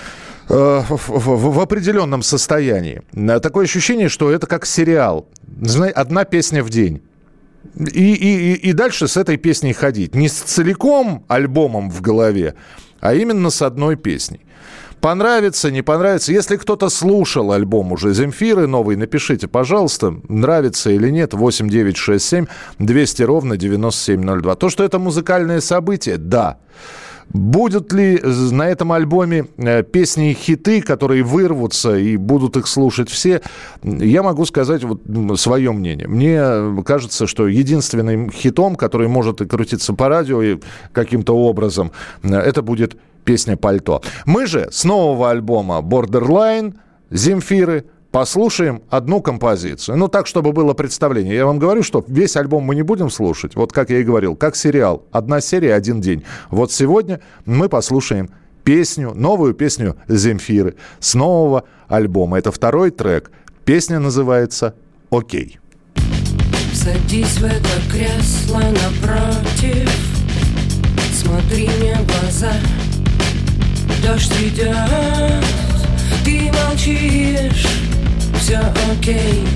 в определенном состоянии. Такое ощущение, что это как сериал. Одна песня в день. И дальше с этой песней ходить. Не с целиком альбомом в голове, а именно с одной песней. Понравится, не понравится. Если кто-то слушал альбом уже Земфиры новый, напишите, пожалуйста, нравится или нет. 8 9 6 7 200 ровно 9702. То, что это музыкальное событие, да. Будут ли на этом альбоме песни и хиты, которые вырвутся и будут их слушать все, я могу сказать вот свое мнение. Мне кажется, что единственным хитом, который может и крутиться по радио и каким-то образом, это будет песня «Пальто». Мы же с нового альбома «Borderline» Земфиры послушаем одну композицию. Ну, так, чтобы было представление. Я вам говорю, что весь альбом мы не будем слушать. Вот как я и говорил, как сериал. Одна серия, один день. Вот сегодня мы послушаем новую песню Земфиры с нового альбома. Это второй трек. Песня называется «Окей». Садись в это кресло напротив, смотри мне в глаза. Дождь идет, ты молчишь, все окей.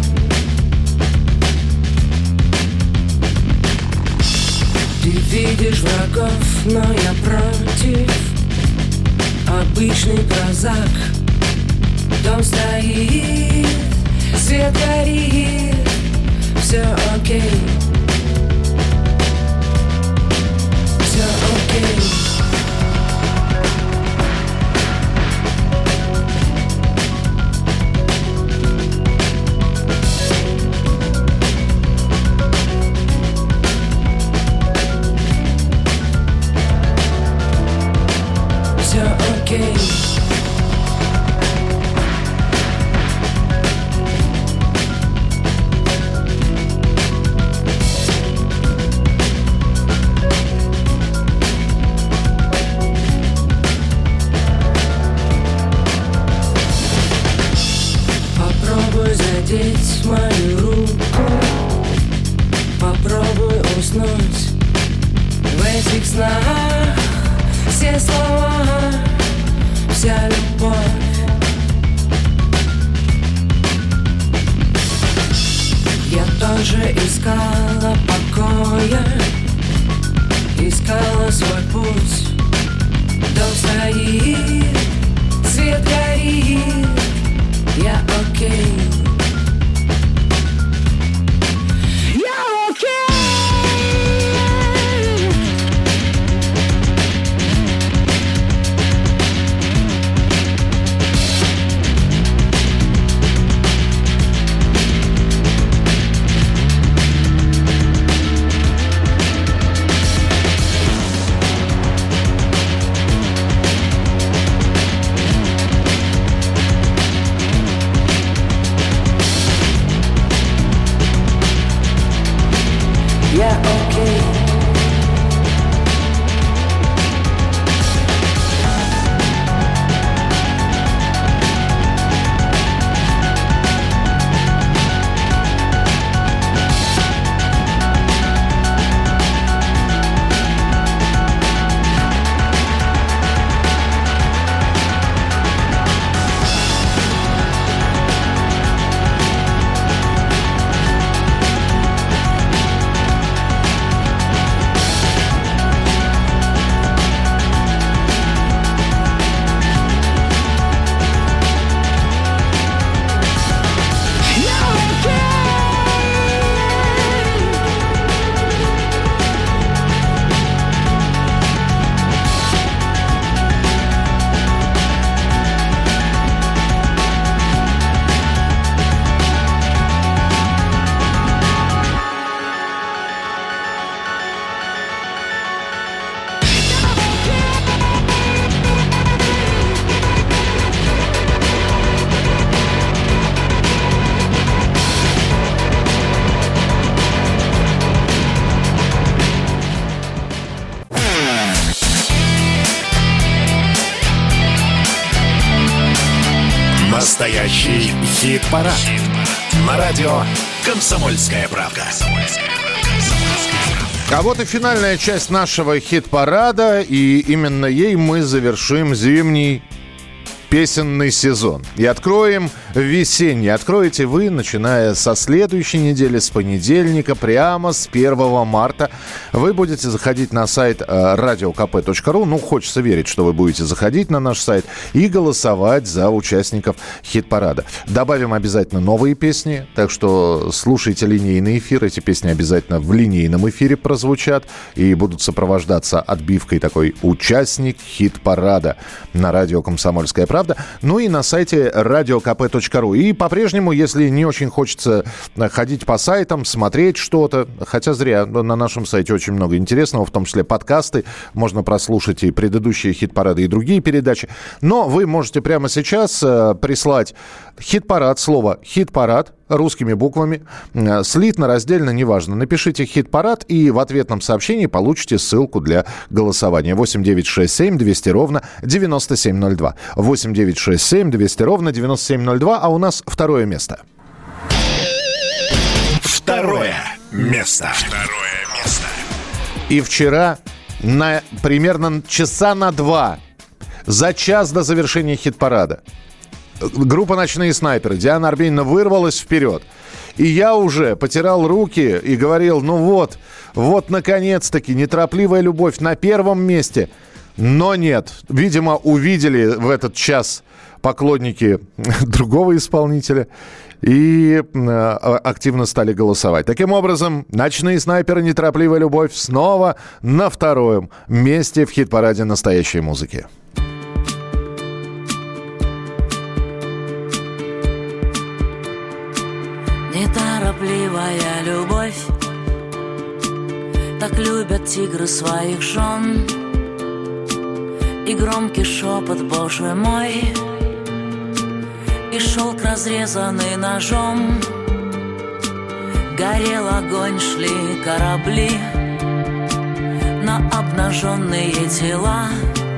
Ты видишь врагов, но я против. Обычный прозак. Дом стоит, свет горит, все окей. Все окей. Все окей. Попробуй задеть мою руку, попробуй уснуть в этих снах. Все слова, вся любовь. Я тоже искала покоя, искала свой путь. Дом стоит, свет горит, я окей. Я окей. Я окей. Настоящий хит-парад. На радио «Комсомольская правда». А вот и финальная часть нашего хит-парада, и именно ей мы завершим зимний песенный сезон. И откроем весенний. Откроете вы, начиная со следующей недели, с понедельника, прямо с 1 марта. Вы будете заходить на сайт radiokp.ru. Ну, хочется верить, что вы будете заходить на наш сайт и голосовать за участников хит-парада. Добавим обязательно новые песни, так что слушайте линейный эфир. Эти песни обязательно в линейном эфире прозвучат и будут сопровождаться отбивкой такой «Участник хит-парада» на радио «Комсомольская правда». Ну и на сайте radiokp.ru. И по-прежнему, если не очень хочется ходить по сайтам, смотреть что-то, хотя зря, на нашем сайте очень много интересного, в том числе подкасты, можно прослушать и предыдущие хит-парады, и другие передачи. Но вы можете прямо сейчас прислать хит-парад, слово «хит-парад», русскими буквами, слитно, раздельно, неважно. Напишите «Хит-парад» и в ответном сообщении получите ссылку для голосования. 8 9 6 7 200 ровно 9702. 8 9 6 7 200 ровно 9702. А у нас второе место. Второе место. И вчера примерно часа на 2, за час до завершения хит-парада, группа «Ночные снайперы», Диана Арбенина вырвалась вперед. И я уже потирал руки и говорил, вот наконец-таки, «Неторопливая любовь» на первом месте. Но нет, видимо, увидели в этот час поклонники другого исполнителя и активно стали голосовать. Таким образом, «Ночные снайперы», «Неторопливая любовь» снова на втором месте в хит-параде настоящей музыки. Неторопливая любовь, так любят тигры своих жен. И громкий шепот, Боже мой, и шелк, разрезанный ножом. Горел огонь, шли корабли на обнаженные тела.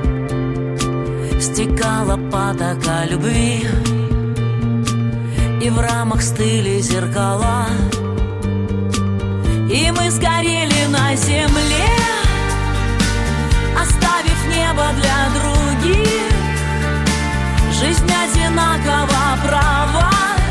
Стекала потока любви, и в рамах стыли зеркала. И мы сгорели на земле, оставив небо для других. Жизнь одинакова права,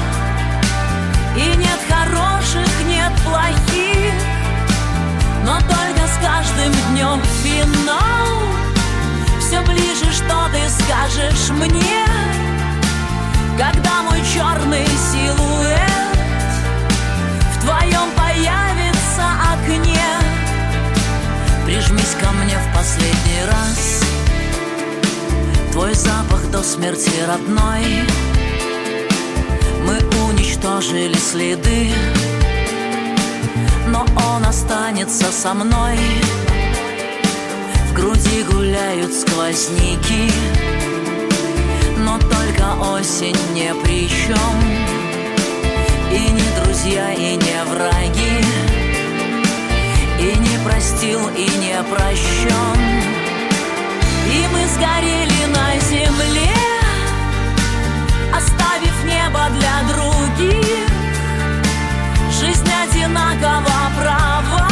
и нет хороших, нет плохих. Но только с каждым днем финал. Все ближе, что ты скажешь мне, когда мой черный силуэт в твоем появится окне. Прижмись ко мне в последний раз, твой запах до смерти родной. Мы уничтожили следы, но он останется со мной. В груди гуляют сквозняки, но только осень не при чем. И не друзья, и не враги, и не простил, и не прощен. И мы сгорели на земле, оставив небо для других. Жизнь одинакова права,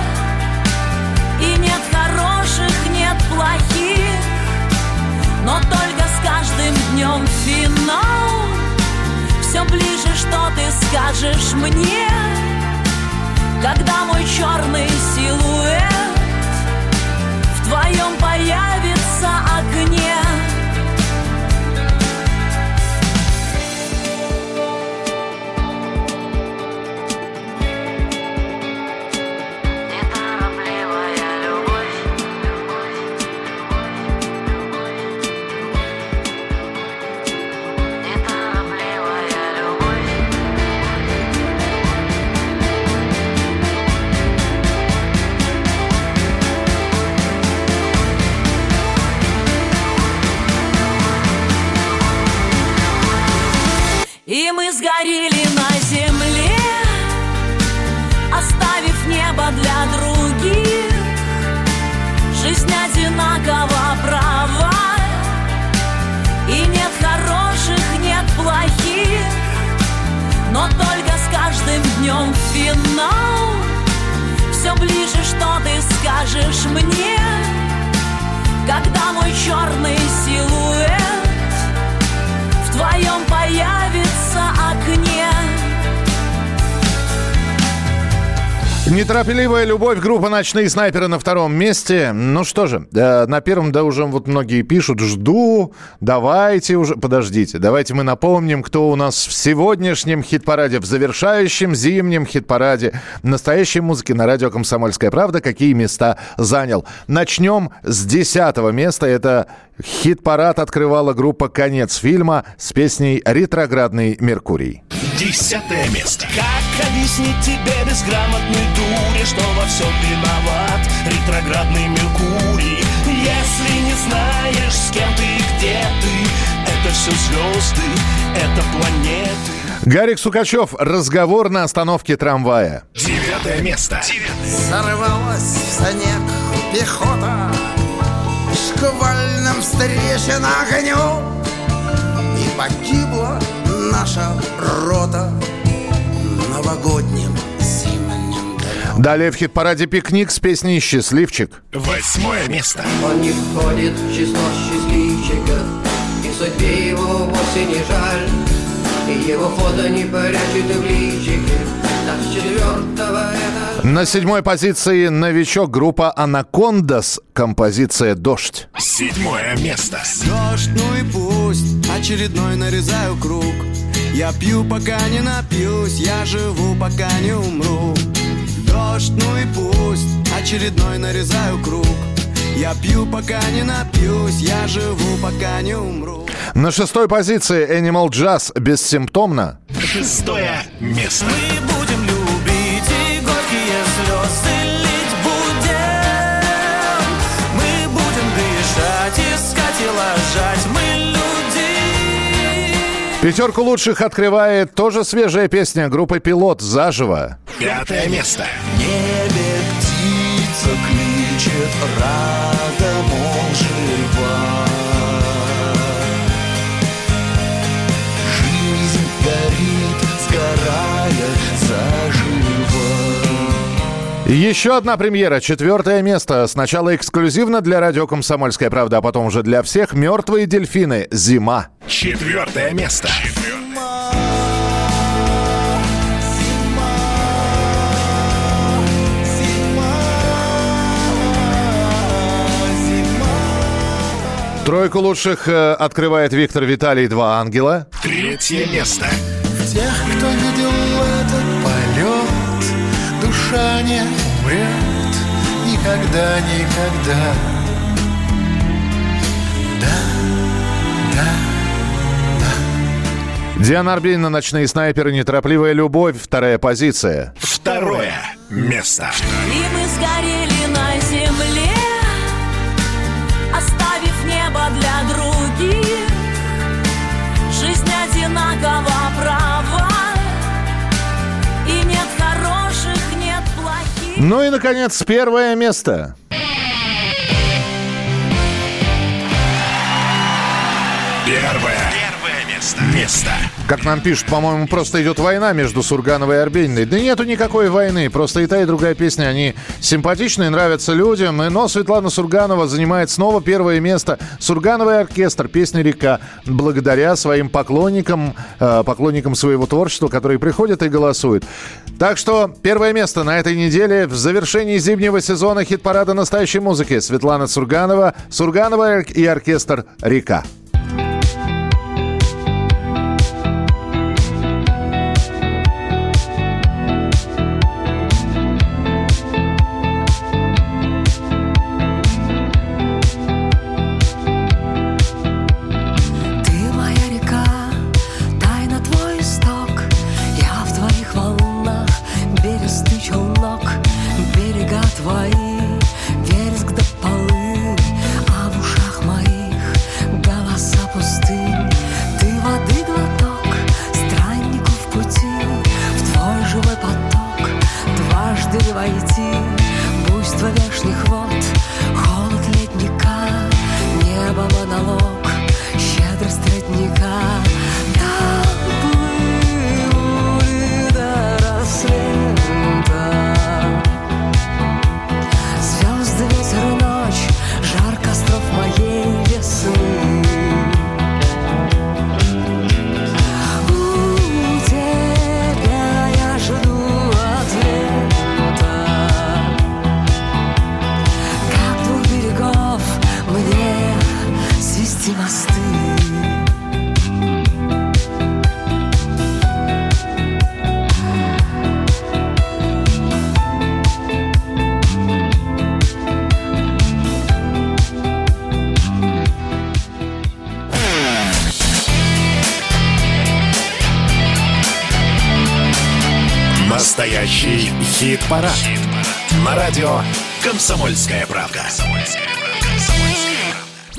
и нет хороших, нет плохих. Но только с каждым днем финал. Все ближе, что ты скажешь мне, когда мой черный силуэт в твоем появится окне. И мы сгорели на земле, оставив небо для других. Жизнь одинакова права, и нет хороших, нет плохих. Но только с каждым днем финал. Все ближе, что ты скажешь мне, когда мой черный силуэт в твоем появится окне. Неторопливая любовь, группа «Ночные снайперы» на втором месте. Ну что же, на первом, да, уже вот многие пишут, жду, давайте уже, подождите, давайте мы напомним, кто у нас в сегодняшнем хит-параде, в завершающем зимнем хит-параде настоящей музыки на радио «Комсомольская правда», какие места занял. Начнем с 10-го места, это хит-парад открывала группа «Конец фильма» с песней «Ретроградный Меркурий». 10-е место. Как объяснить тебе безграмотной дуре, что во всем виноват ретроградный Меркурий? Если не знаешь, с кем ты и где ты, это все звезды, это планеты. Гарик Сукачев. Разговор на остановке трамвая. 9 место. Сорвалась в снег пехота, шквальным встречен огню, и погибла наша рота новогодним зимним днем. Далее в хит-параде «Пикник» с песней «Счастливчик». 8 место. Он не входит в число счастливчиков, и судьбе его вовсе не жаль, и его фото не прячет в личике, так с 4-го этажа. На 7-й позиции новичок, группа «Анакондас», композиция «Дождь». 7 место. Дождь, ну и пусть, очередной нарезаю круг. Я пью, пока не напьюсь, я живу, пока не умру. Дождь, ну и пусть, очередной нарезаю круг. Я пью, пока не напьюсь, я живу, пока не умру. На 6-й позиции Animal Jazz «Бессимптомно». 6 место. Мы будем любить и горькие слезы лить будем. Мы будем дышать, искать и ложать. Мы люди. Пятерку лучших открывает тоже свежая песня группы «Пилот» «Заживо». 5 место. В небе птица кличет, рада, мол, жива. Жизнь горит, сгорая заживо. Еще одна премьера, 4 место. Сначала эксклюзивно для радио «Комсомольская правда», а потом уже для всех. «Мертвые дельфины. Зима». 4 место. Тройку лучших открывает Виктор Виталий «Два ангела». 3 место. В тех, кто видел этот полет, душа не умрет никогда, никогда. Да, да. Диана Арбенина «Ночные снайперы. Неторопливая любовь». 2 позиция. 2 место. И мы сгорели на земле, оставив небо для других. Жизнь одинаково права, и нет хороших, нет плохих. Ну и, наконец, 1 место. Первое место. Как нам пишут, по-моему, просто идет война между Сургановой и Арбениной. Да нету никакой войны. Просто и та, и другая песня, они симпатичные, нравятся людям. Но Светлана Сурганова занимает снова 1 место. Сургановый оркестр, песня «Река». Благодаря своим поклонникам, поклонникам своего творчества, которые приходят и голосуют. Так что 1 место на этой неделе в завершении зимнего сезона хит-парада настоящей музыки. Светлана Сурганова, Сурганова и оркестр «Река». Настоящий хит-парад. На радио «Комсомольская правда».